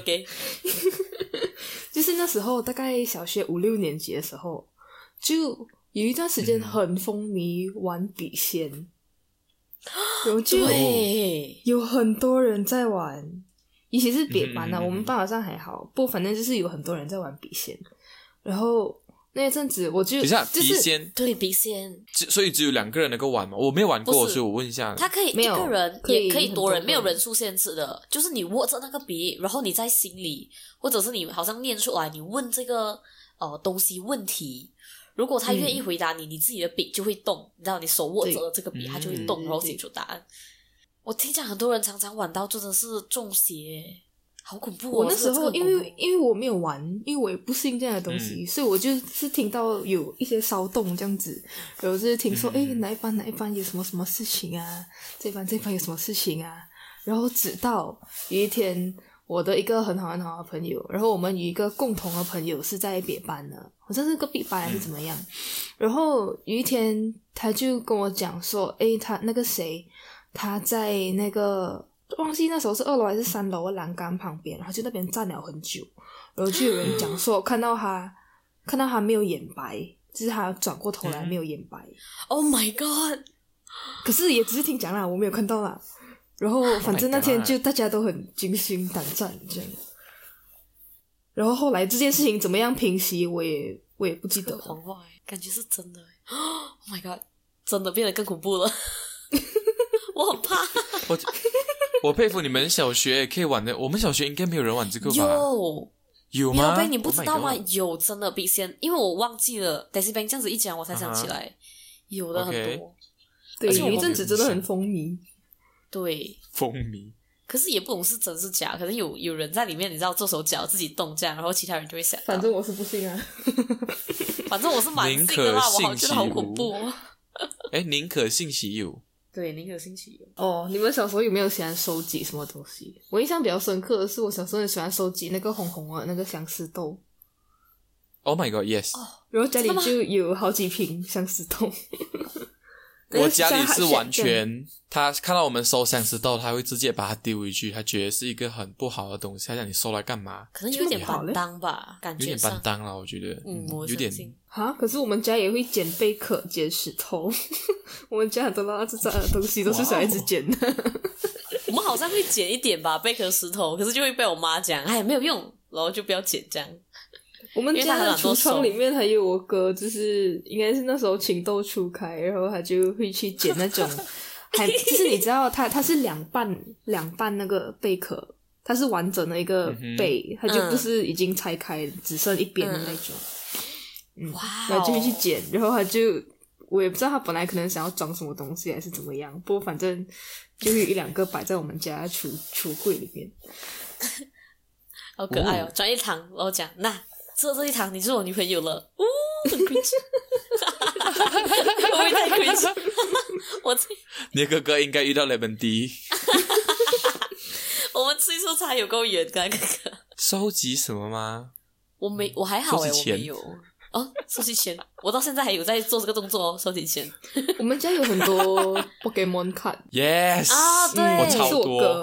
就是那时候大概小学5、6年级的时候，就有一段时间很风靡玩笔仙。然后就有很多人在玩，尤其是别班我们班好像还好，不过反正就是有很多人在玩笔仙。然后那一阵子我就等一下， 就是笔仙， 对，笔仙， 所以只有2个人能够玩吗？我没有玩过，所以我问一下。 他可以一个人，也可以多人，没有人数限制的。就是你握着那个笔，然后你在心里，或者是你好像念出来，你问这个东西问题。如果他愿意回答你，你自己的笔就会动，你知道，你手握着这个笔，它就会动，然后写出答案。我听讲很多人常常玩到真的是中邪，好恐怖我那时候因为我没有玩，因为我也不信这样的东西，所以我就是听到有一些骚动这样子，然后就是听说哪一班有什么什么事情啊，这班有什么事情啊，然后直到有一天我的一个很好的朋友，然后我们有一个共同的朋友是在别班的，好像是隔壁班还是怎么样，然后有一天他就跟我讲说他那个谁，他在那个忘记那时候是2楼还是3楼的栏杆旁边，然后就那边站了很久，然后就有人讲说看到他没有眼白，就是他转过头来没有眼白。 Oh my god！ 可是也只是听讲啦，我没有看到啦。然后反正那天就大家都很惊心胆战这样。然后后来这件事情怎么样平息，我也不记得了。 谎话感觉是真的Oh my god！ 真的变得更恐怖了。我很怕。 我佩服你们小学可以玩的，我们小学应该没有人玩这个吧？有吗？ 你不知道吗？有，真的笔仙，因为我忘记了 Daisy Bank 这样子一讲我才想起来，有的很多。 对，有一阵子真的很风靡。 对， 风靡。 可是也不懂是真是假，可能有人在里面，你知道做手脚自己动这样，然后其他人就会想到。 反正我是不信啊。 反正我是蛮信的啦，我好觉得好恐怖哦。 宁可信其有。 对，宁可信其有。 哦，你们小时候有没有喜欢收集什么东西？我印象比较深刻的是，我小时候很喜欢收集那个红红的那个相思豆。 Oh my god, yes！ 然后家里就有好几瓶相思豆。 我家里是完全，他看到我们收相思豆，他会直接把它丢回去，他觉得是一个很不好的东西，他讲你收来干嘛？ 可能有点板当吧，感觉有点板当啦，我觉得，有点。 可是我们家也会捡贝壳、捡石头，我们家很多垃圾的东西都是小孩子捡的。 我们好像会捡一点吧，贝壳、石头，可是就会被我妈讲，没有用，然后就不要捡这样。 我们家的橱窗里面还有我哥，就是应该是那时候情窦初开，然后他就会去捡那种，就是你知道他是两半那个贝壳，它是完整的一个贝，它就不是已经拆开只剩一边的那种。然后就会去捡，然后我也不知道他本来可能想要装什么东西还是怎么样，不过反正就有1-2个摆在我们家橱柜里面。 好可爱哦！转一堂，然后讲这一堂你是我女朋友了，很 cringe， 会不会太 cringe？ 你的哥哥应该遇到Lemon D。 我们岁数差有够远，跟哥哥。 收集什么吗？ 我还好我没有。收集钱，我到现在还有在做这个动作收集钱。 我们家有很多 Pokemon card。 Yes， 对， 我超多。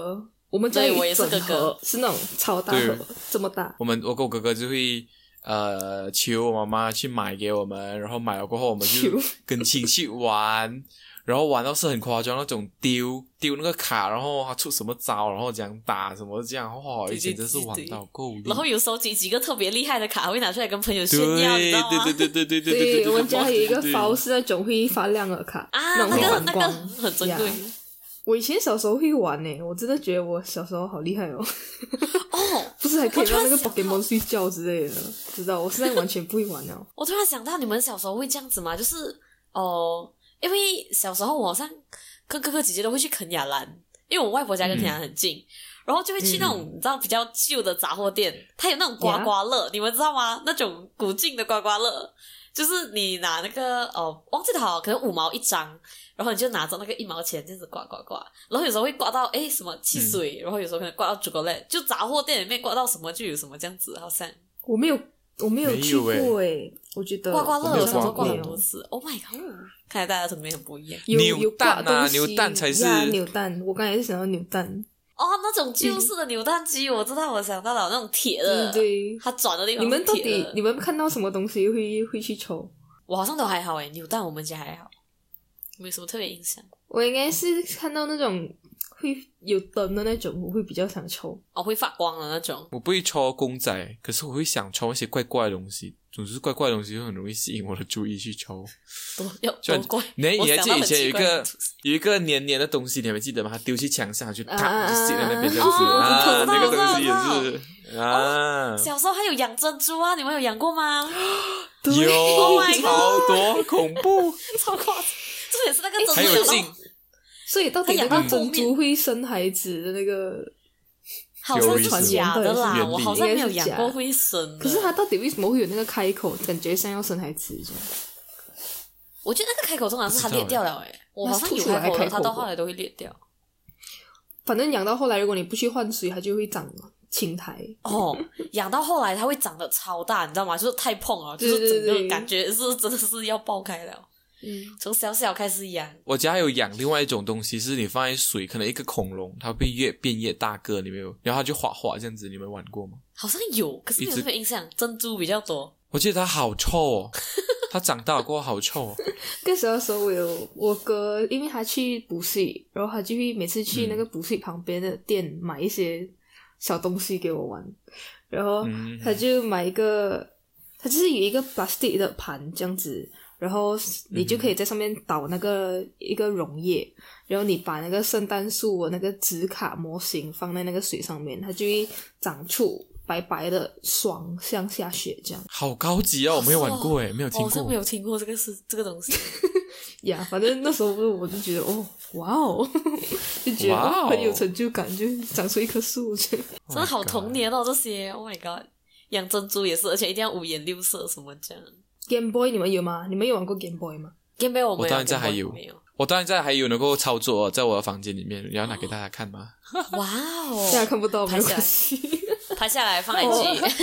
我们家有我也一是哥哥整盒，是那种超大盒，这么大。 我跟我哥哥就会求我妈妈去买给我们，然后买了过后我们就跟亲戚玩，然后玩到是很夸张那种丢那个卡，然后他出什么招，然后这样打什么这样，哇，以前真是玩到够力。 然后有收集几个特别厉害的卡，会拿出来跟朋友炫耀，你知道吗？ 对， 我们家有一个包是那种会发亮的卡啊， 那种那个很珍贵。 我以前小时候会玩呢，我真的觉得我小时候好厉害哦。 哦， 不是还可以让那个 Pokemon 睡觉之类的，知道？我现在完全不会玩了。 我突然想到，你们小时候会这样子吗？就是因为小时候我好像跟哥哥姐姐都会去肯亚兰，因为我外婆家跟肯亚兰很近，然后就会去那种你知道比较旧的杂货店，它有那种刮刮乐，你们知道吗？那种古晋的刮刮乐，就是你拿那个忘记了好，可能5毛一张。然后你就拿着那个1毛钱这样子刮刮刮，然后有时候会刮到什么汽水，然后有时候可能刮到朱古力，就杂货店里面刮到什么就有什么这样子，好像我没有去过我觉得刮刮乐我小时候刮很很多次 ，Oh my god！ 看来大家童年很不一样。 扭蛋啊，扭蛋才是扭蛋，我刚才是想到扭蛋。 哦，那种旧式的扭蛋机，我知道，我想到了那种铁的， 对， 它转的地方你们到底铁的你们看到什么东西会去抽？ 我好像都还好扭蛋我们家还好，没什么特别印象。 我应该是看到那种会有灯的那种，我会比较想抽。 会发光的那种。 我不会抽公仔，可是我会想抽一些怪怪的东西。总之怪怪的东西就很容易吸引我的注意去抽。 多怪！ 你还记得以前有一个黏黏的东西，你还记得吗？它丢去墙上就啪就吸在那边这样子那个东西也是啊。 小时候还有养珍珠啊，你们有养过吗？ 有超多恐怖， 超夸张！这也是那个珍珠， 还有镜。 所以到底那个珍珠会生孩子的那个， 好像是假的啦，我好像没有养过会生的。 可是它到底为什么会有那个开口，感觉像要生孩子这样？ 我觉得那个开口通常是它裂掉了我好像有开口的，它到后来都会裂掉。 反正养到后来，如果你不去换水，它就会长青苔。 养到后来它会长得超大，你知道吗？就是太碰了，就是整个感觉是真的是要爆开了。从小小开始养。 我家有养另外一种东西，是你放在水，可能一个恐龙，它会越变越大个，你没有？然后它就滑滑这样子，你们玩过吗？ 好像有，可是没有什么印象。珍珠比较多。 我记得它好臭哦，它长大过后好臭哦。 那时候我哥，因为他去补习，然后他就会每次去那个补习旁边的店买一些小东西给我玩，然后他就买一个，他就是有一个 plastic 的盘这样子。然后你就可以在上面倒那个一个溶液，然后你把那个圣诞树的那个纸卡模型放在那个水上面，它就会长出白白的霜，像下雪这样。 好高级哦！我没有玩过没有听过。 我好像没有听过这个东西。 呀，反正那时候我就觉得哇哦，就觉得很有成就感，就长出一棵树这样。 真的好童年这些 ！Oh my god， 养珍珠也是，而且一定要5颜6色什么这样。 Game Boy 你们有吗？你们有玩过 Game Boy 吗？ Game Boy 我当然在还有，我当然在还有能够操作在我的房间里面，你要拿给大家看吗？ 哇哦， 现在看不到，没关系， 拍下来放 IG。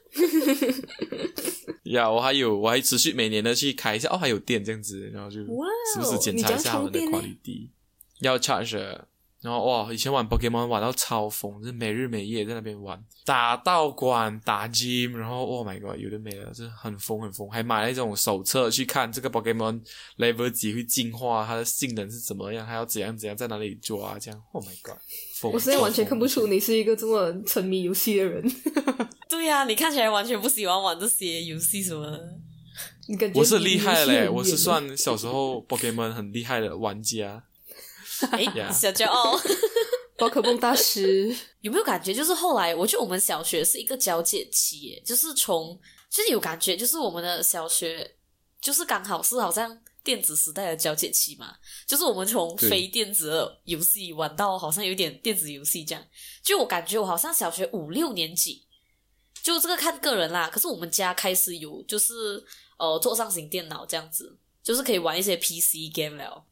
呀，我还持续每年的去开一下，还有电这样子，然后就时不时检查一下我们的quality，要 charge。然后以前玩 Pokemon 玩到超疯，就是每日每夜在那边玩，打道馆、打 gym， 然后 Oh my god， 有的没了，就是很疯，还买了一种手册去看这个 Pokemon level 几会进化，它的性能是怎么样，还要怎样在哪里抓这样 Oh my god， 我现在完全看不出你是一个这么沉迷游戏的人。 对啊，你看起来完全不喜欢玩这些游戏什么的。 你感觉我是厉害嘞，我是算小时候 Pokemon 很厉害的玩家。 小骄傲。 宝可梦大师。 有没有感觉就是后来我觉得我们小学是一个交界期耶，就是有感觉就是我们的小学就是刚好是好像电子时代的交界期嘛，就是我们从非电子的游戏玩到好像有点电子游戏这样。就我感觉我好像小学5、6年级，就这个看个人啦，可是我们家开始有就是桌上型电脑这样子，就是可以玩一些 PC game 了。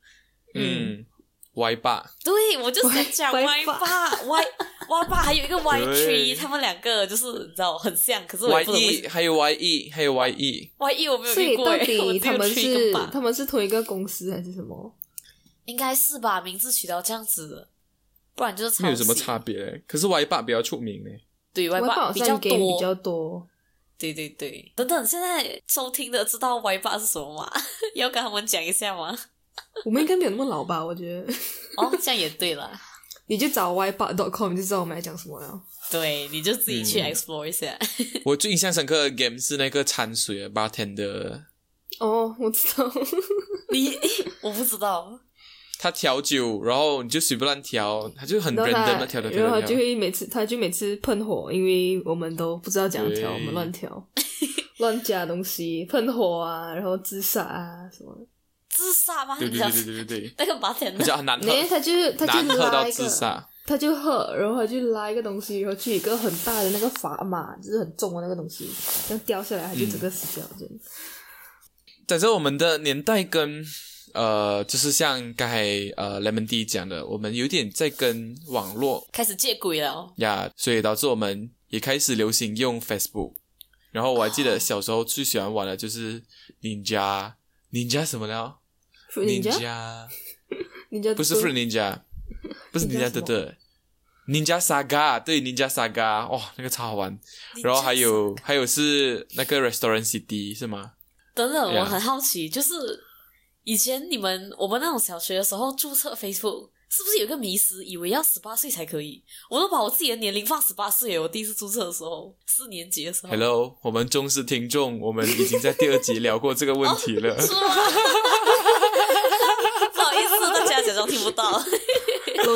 Y8， 对，我就想讲 Y8 还有一个 Y3， 他们两个就是你知道很像，可是我不懂 YE 还有 YE 我没有遇过。所以到底他们是同一个公司还是什么？ 应该是吧，名字取到这样子的， 不然就是抄袭。 没有什么差别可是 Y 爸比较出名对 Y 爸比较多。对对对，等等，现在收听的知道 Y 爸是什么吗？要跟他们讲一下吗？ 我们应该没有那么老吧，我觉得。 这样也对啦。 你就找 yba.com 就知道我们来讲什么了。 对，你就自己去 explore 一下。 我最印象深刻的 game 是那个掺水的 bartender。 我知道。 我不知道。 他调酒，然后你就随便乱调，他就很 random 的调。 然后他就每次喷火，因为我们都不知道怎样调，我们乱调，乱加东西，喷火啊，然后自杀啊什么的。 自杀吗？ 对， 那个bartender 比较难喝， 他就难喝到拉一个自杀。 他就喝，然后他就拉一个东西，然后去一个很大的那个砝码，就是很重的那个东西，这样掉下来，他就整个死掉。这样。 在这我们的年代跟就是像刚才Lemon D 讲的，我们有点在跟网络开始接轨了所以导致我们也开始流行用 Facebook。然后我还记得小时候最喜欢玩的就是 Ninja 什么了 Ninja 不是 Fruit Ninja， 不是 Ninja 的 Ninja Saga， 对 Ninja Saga， 那个超好玩。然后还有是那个 Restaurant City 是吗？ 等等，我很好奇，就是以前我们那种小学的时候注册 Facebook 是不是有个迷思，以为要18岁才可以？我都把我自己的年龄放18岁我第一次注册的时候，4年级的时候。 Hello， 我们忠实听众，我们已经在第2集聊过这个问题了。 是吗？不好意思，大家假装听不到。 露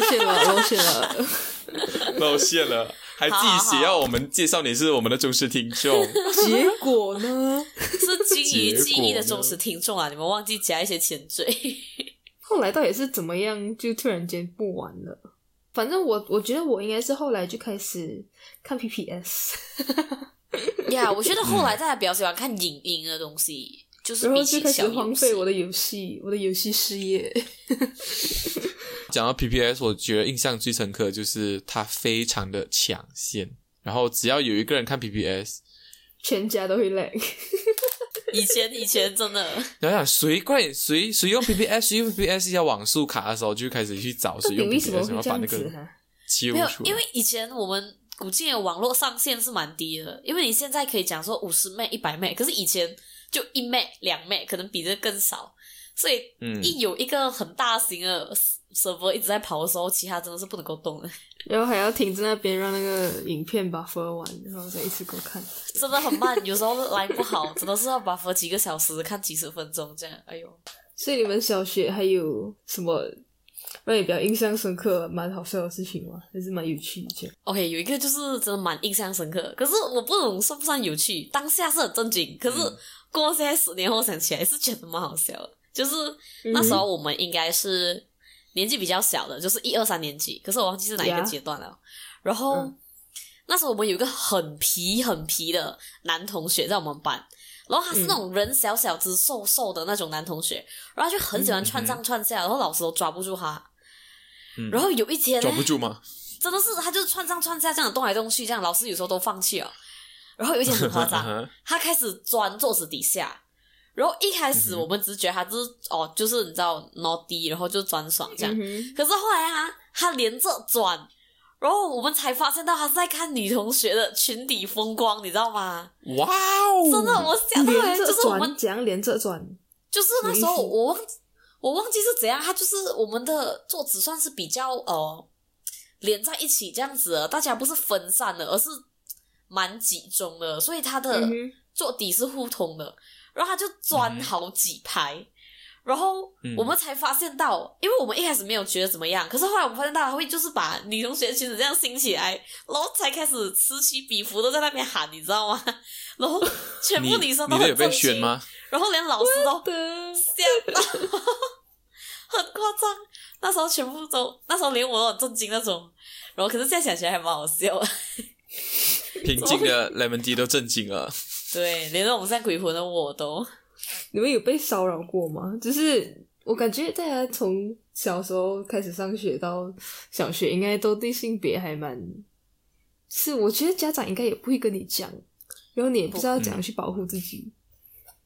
馅了，还自己写要我们介绍你是我们的忠实听众。 结果呢？ 是基于记忆的忠实听众啊！你们忘记加一些前缀。 后来到底是怎么样，就突然间不玩了？反正我觉得我应该是后来就开始看 PPS。 我觉得后来大家比较喜欢看影音的东西，就是然后比起就开始小游戏。 荒废我的游戏事业。 讲到 PPS， 我觉得印象最深刻就是它非常的抢线，然后只要有一个人看 PPS， 全家都会 lag。 以前真的， 想想谁用 PPS， 谁用 PPS 要网速卡的时候，就开始去找谁用 PPS， 然后把那个切入出来。 因为以前我们古晋的网络上限是蛮低的，因为你现在可以讲说50 meg 100 meg， 可是以前就1 meg 2 meg， 可能比这更少。所以一有一个很大型的 server 一直在跑的时候，其他真的是不能够动的。 然后还要停在那边让那个影片 buffer 完，然后再一次给我看。 真的很慢，有时候来不好，真的是要 buffer 几个小时，看几十分钟这样。哎呦！ 所以你们小学还有什么让你比较印象深刻、蛮好笑的事情吗？还是蛮有趣的 ？OK， 有一个就是真的蛮印象深刻，可是我不懂算不算有趣。当下是很震惊，可是过现在10年后想起来是觉得蛮好笑的。就是那时候我们应该是年纪比较小的，就是1、2、3年级，可是我忘记是哪一个阶段了。然后那时候我们有一个很皮的男同学在我们班，然后他是那种人小小只瘦瘦的那种男同学，然后他就很喜欢窜上窜下，然后老师都抓不住他。然后有一天抓不住吗？ 真的是他就是窜上窜下这样动来动去，这样老师有时候都放弃了。然后有一天很夸张，他开始钻桌子底下。然后一开始我们只是觉得他就是你知道 naughty， 然后就钻爽这样。可是后来他连着钻，然后我们才发现到他是在看女同学的裙底风光，你知道吗？ 哇哦！ 真的，我想到就是我们怎样连着转， 就是那时候我忘记是怎样，他就是我们的桌子算是比较连在一起这样子的，大家不是分散的，而是蛮集中的，所以他的桌底是互通的。然后他就钻好几排，然后我们才发现到，因为我们一开始没有觉得怎么样，可是后来我们发现到他会就是把女同学的裙子这样掀起来，然后才开始此起彼伏都在那边喊，你知道吗？然后全部女生都很震惊，然后连老师都吓到，很夸张。那时候连我都很震惊那种，然后可是现在想起来还蛮好笑的。 平静的 Lemon D 都震惊了。 对，连那种像鬼魂的我都。 你们有被骚扰过吗？就是我感觉大家从小时候开始上学到小学，应该都对性别还蛮，是我觉得家长应该也不会跟你讲，然后你也不知道怎样去保护自己。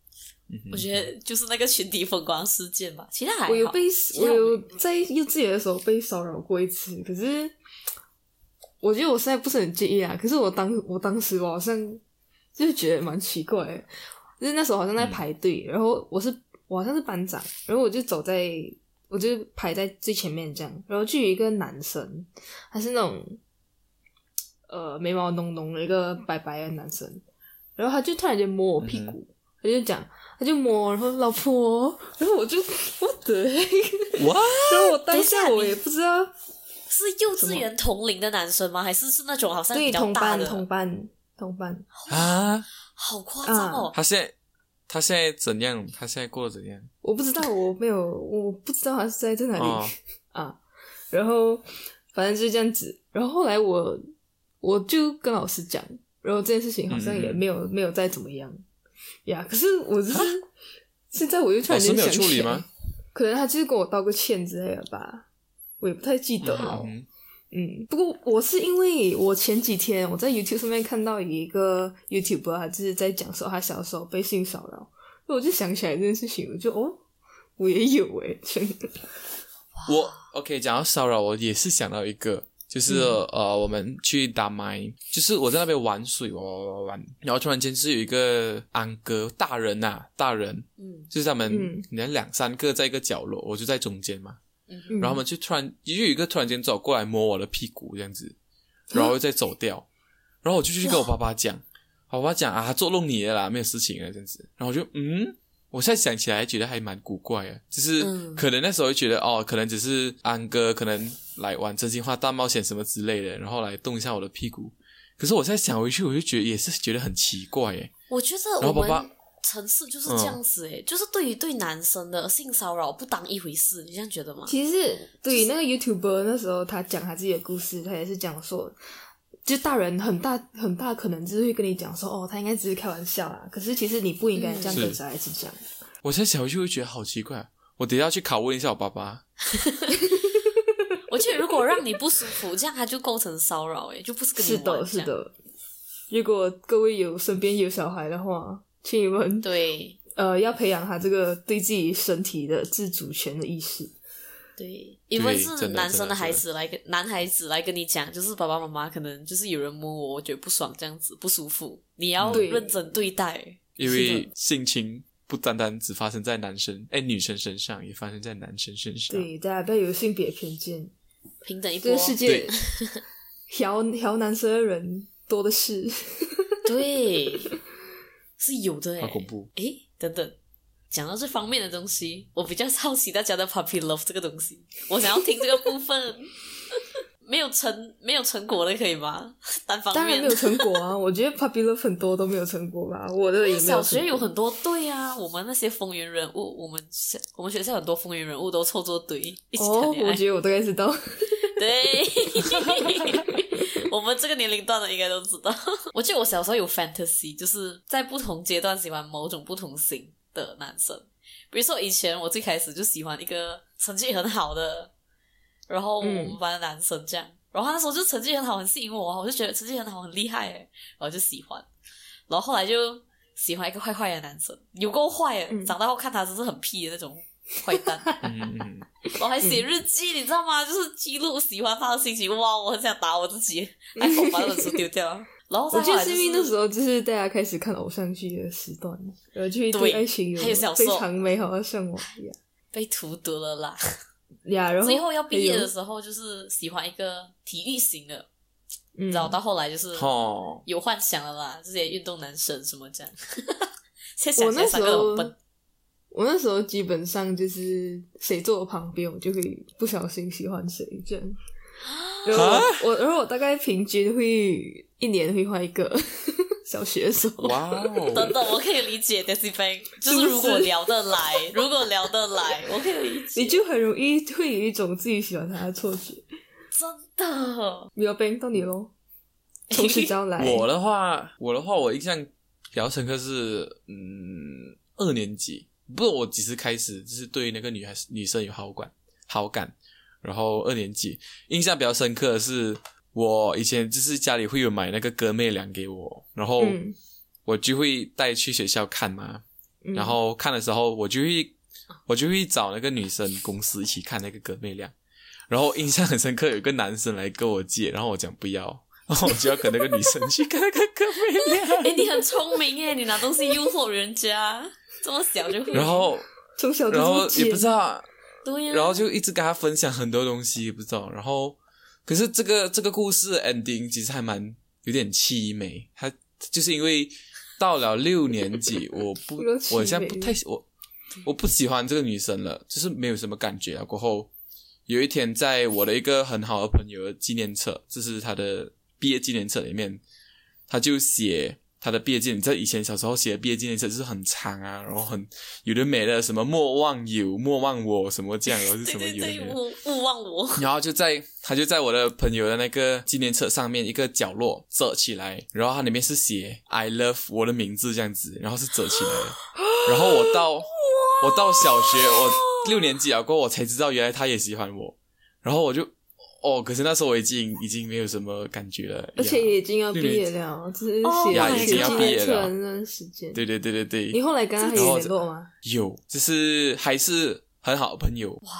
我觉得就是那个群体风光事件吧，其他还好。 我有在幼稚园的时候被骚扰过一次，可是我觉得我现在不是很介意啊。可是我当时我好像就觉得蛮奇怪的，就是那时候好像在排队，然后我好像是班长，然后我就排在最前面这样，然后就有一个男生，他是那种眉毛浓浓的一个白白的男生，然后他就突然间摸我屁股。他就摸，然后老婆，然后我就what the heck？ 然后我当下我也不知道是幼稚园同龄的男生吗？还是那种好像比较大的同班啊？ 好夸张哦！ 他现在怎样？他现在过得怎样？ 我不知道，我不知道他是在哪里啊。然后反正就是这样子，然后后来我就跟老师讲，然后这件事情好像也没有再怎么样。呀，可是我就是现在我就突然间想起来，可能他就是跟我道个歉之类的吧，我也不太记得了。不过我是因为我前几天我在 YouTube 上面看到有一个 YouTuber， 他就是在讲说他小时候被性骚扰，我就想起来这件事情，我就我也有真的。 我 OK 讲到骚扰，我也是想到一个。就是我们去打麦，就是我在那边玩水，玩，然后突然间是有一个安哥大人，就是他们2-3个在一个角落，我就在中间嘛，然后他们就有一个突然间走过来摸我的屁股这样子，然后再走掉，然后我就去跟我爸爸讲，他捉弄你的啦，没有事情了这样子，然后我就我现在想起来觉得还蛮古怪的，就是可能那时候就觉得可能只是安哥可能来玩真心话大冒险什么之类的，然后来动一下我的屁股。可是我现在想回去，我就觉得很奇怪耶。 我觉得我们城市就是这样子就是对男生的性骚扰不当一回事，你这样觉得吗？ 其实对于那个 YouTuber 那时候他讲他自己的故事，他也是讲说，就大人很大可能就是会跟你讲说他应该只是开玩笑啦，可是其实你不应该这样跟小孩子讲。 我现在想回去会觉得好奇怪，我等一下去拷问一下我爸爸。 我觉得如果让你不舒服，这样他就构成骚扰就不是跟你玩。 是的。如果各位身边有小孩的话，请你们对要培养他这个对自己身体的自主权的意识。 对，因为是男生的孩子男孩子来跟你讲，就是爸爸妈妈可能就是有人摸我觉得不爽这样子不舒服，你要认真对待。 因为性侵不单单只发生在女生身上，也发生在男生身上。 对，大家不要有性别偏见， 平等一波。 这个世界调男生的人多的是。 对，是有的好恐怖。 等等，讲到这方面的东西，我比较好奇大家的 puppy love 这个东西，我想要听这个部分。没有成果的可以吗？单方面当然没有成果啊！我觉得 puppy love 很多都没有成果吧，我的也没有成果。 小学有很多对啊，我们那些风云人物，我们学校很多风云人物都凑作堆一起谈恋爱。 我觉得我大概知道。 对，我们这个年龄段的应该都知道。我记得我小时候有 fantasy， 就是在不同阶段喜欢某种不同型的男生。比如说以前我最开始就喜欢一个成绩很好的，然后我们班的男生这样，然后他那时候就成绩很好，很吸引我，我就觉得成绩很好很厉害然后就喜欢，然后后来就喜欢一个坏坏的男生，有够坏长大后看他真是很屁的那种坏蛋。我还写日记你知道吗？就是记录喜欢他的心情。哇，我很想打我自己，还好把那本书丢掉。然后我觉得是因为那时候就是大家开始看偶像剧的时段，然后就会对爱情有非常美好的向往一样。 被荼毒了啦。 然后最后要毕业的时候就是喜欢一个体育型的，然后到后来就是有幻想了啦，这些运动男生什么这样。现在想起来三个很笨。 我那时候基本上就是谁坐我旁边，我就会不小心喜欢谁这样。然后我大概平均会一年会换一个。小学的时候， 哇哦！ 等等，我可以理解 Daisy Bang， 就是如果聊得来，我可以理解。 你就很容易会有一种自己喜欢他的错觉。 真的。 没有 Bang 到你咯。从实招来。 我的话，我印象比较深刻是2年级，不是我几时开始就是对那个女生有好感，然后2年级印象比较深刻的是。我以前就是家里会有买那个哥妹粮给我，然后我就会带去学校看嘛， 然后看的时候我就会找那个女生公司一起看那个哥妹俩，然后印象很深刻，有一个男生来跟我借，然后我讲不要，然后我就要跟那个女生去看那个哥妹俩。 你很聪明耶，你拿东西诱惑人家，这么小就会。 然后从小然后也不知道， 对呀， 然后就一直跟他分享很多东西，也不知道。然后可是这个故事的 ending 其实还蛮有点凄美，他就是因为到了6年级，我现在不太我不喜欢这个女生了，就是没有什么感觉了。过后有一天，在我的一个很好的朋友的纪念册，就是他的毕业纪念册里面，他就写他的毕业纪念册，以前小时候写的毕业纪念册就是很长啊，然后很有的没的，什么莫忘友莫忘我什么这样，然后是什么有的没的， 勿忘我。 然后他就在我的朋友的那个纪念册上面一个角落折起来，然后它里面是写 I love 我的名字这样子，然后是折起来的。然后我到小学我6年级了过后，我才知道原来他也喜欢我，然后我就可是那时候我已经没有什么感觉了， 而且也已经要毕业了，只是已经要毕业了那段时间。 对。 你后来跟他还有联络吗？ 有，就是还是很好的朋友。哇，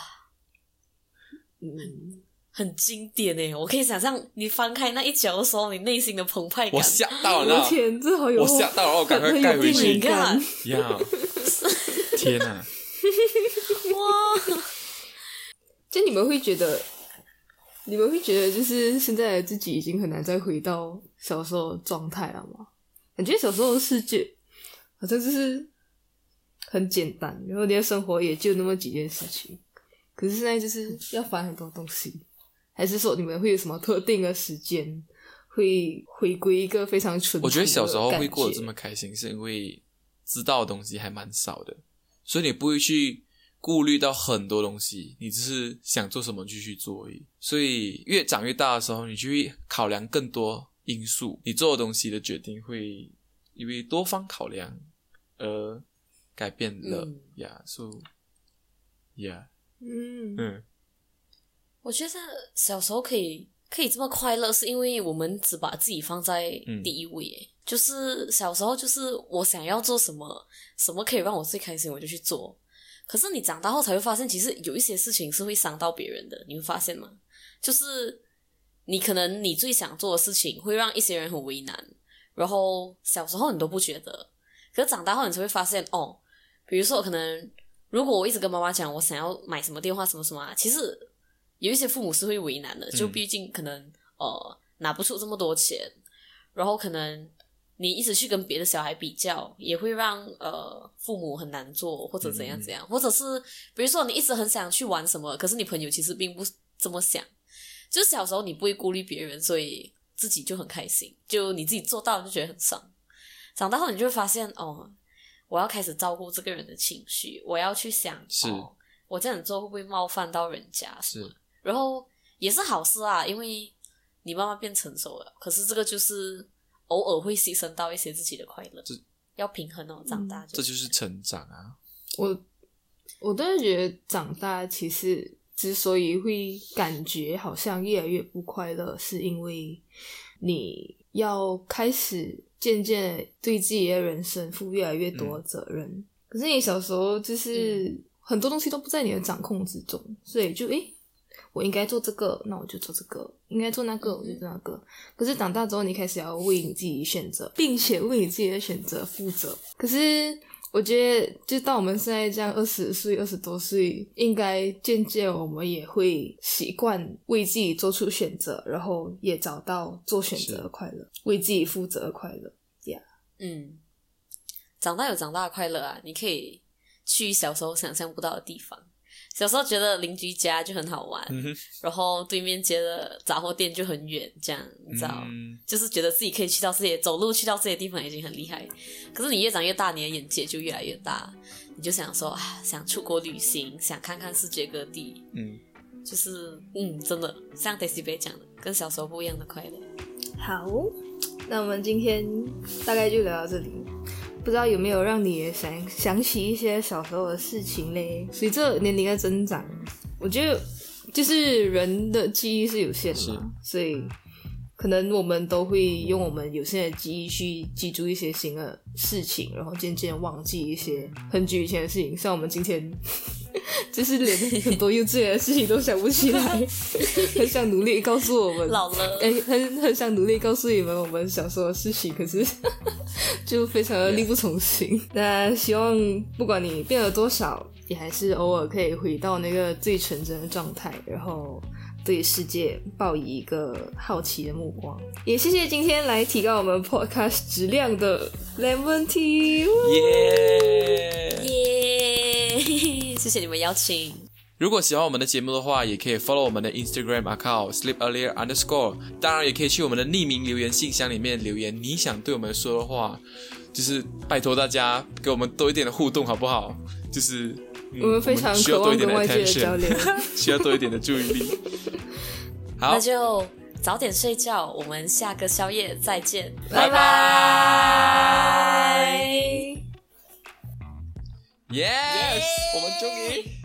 很经典耶！我可以想象你翻开那一角的时候，你内心的澎湃感。 我吓到了， 我天，这好有， 我吓到了，我赶快盖回去。呀，天哪！ 哇！ 就你们会觉得就是现在的自己已经很难再回到小时候的状态了吗？感觉小时候的世界好像就是很简单，然后你的生活也就那么几件事情，可是现在就是要烦很多东西。还是说你们会有什么特定的时间会回归一个非常纯粹的感觉？ 我觉得小时候会过得这么开心，是因为知道的东西还蛮少的，所以你不会去顾虑到很多东西，你只是想做什么就去做而已。所以越长越大的时候，你就会考量更多因素，你做的东西的决定会因为多方考量而改变了。So yeah， 我觉得小时候可以这么快乐，是因为我们只把自己放在第一位。就是小时候就是我想要做什么可以让我最开心我就去做。可是你长大后才会发现，其实有一些事情是会伤到别人的，你会发现吗？就是你可能你最想做的事情会让一些人很为难，然后小时候你都不觉得，可是长大后你才会发现比如说可能如果我一直跟妈妈讲我想要买什么电话什么什么其实有一些父母是会为难的，就毕竟可能拿不出这么多钱，然后可能你一直去跟别的小孩比较，也会让父母很难做，或者怎样怎样，或者是比如说你一直很想去玩什么，可是你朋友其实并不这么想。就小时候你不会顾虑别人，所以自己就很开心，就你自己做到就觉得很爽。长大后你就会发现我要开始照顾这个人的情绪，我要去想我这样做会不会冒犯到人家，是，然后也是好事啊，因为你慢慢变成熟了。可是这个就是偶尔会牺牲到一些自己的快乐，要平衡长大这就是成长啊。 我真的觉得长大其实之所以会感觉好像越来越不快乐，是因为你要开始渐渐对自己的人生负越来越多的责任。可是你小时候就是很多东西都不在你的掌控之中，所以就我应该做这个，那我就做这个；应该做那个，我就做那个。可是长大之后，你开始要为你自己选择，并且为你自己的选择负责。可是我觉得，就到我们现在这样20岁、20多岁，应该渐渐我们也会习惯为自己做出选择，然后也找到做选择的快乐，为自己负责的快乐。 长大有长大的快乐啊！你可以去小时候想象不到的地方。小时候觉得邻居家就很好玩，然后对面街的杂货店就很远，这样你知道，就是觉得自己可以去到这些，走路去到这些地方已经很厉害。可是你越长越大，你的眼界就越来越大，你就想说想出国旅行，想看看世界各地。就是真的像 Daisy Bay 讲的，跟小时候不一样的快乐。 好，那我们今天大概就聊到这里。不知道有没有让你想起一些小时候的事情嘞？随着年龄的增长，我觉得就是人的记忆是有限的嘛，所以可能我们都会用我们有限的记忆去记住一些新的事情，然后渐渐忘记一些很久以前的事情，像我们今天就是连很多幼稚园的事情都想不起来很想努力告诉我们老了很想努力告诉你们我们小时候的事情，可是就非常的力不从心。那希望不管你变了多少，也还是偶尔可以回到那个最纯真的状态，然后对世界抱以一个好奇的目光。也谢谢今天来提高我们 podcast 质量的 Lemon Tea， 耶！谢谢你们邀请。 如果喜欢我们的节目的话，也可以 follow 我们的 Instagram account sleepearlier_， 当然也可以去我们的匿名留言信箱里面留言你想对我们说的话，就是拜托大家给我们多一点的互动好不好？就是我们非常渴望跟外界的交流， 需要多一点的注意力。好， 那就早点睡觉，我们下个宵夜再见， 拜拜。 Yes， 我们终于。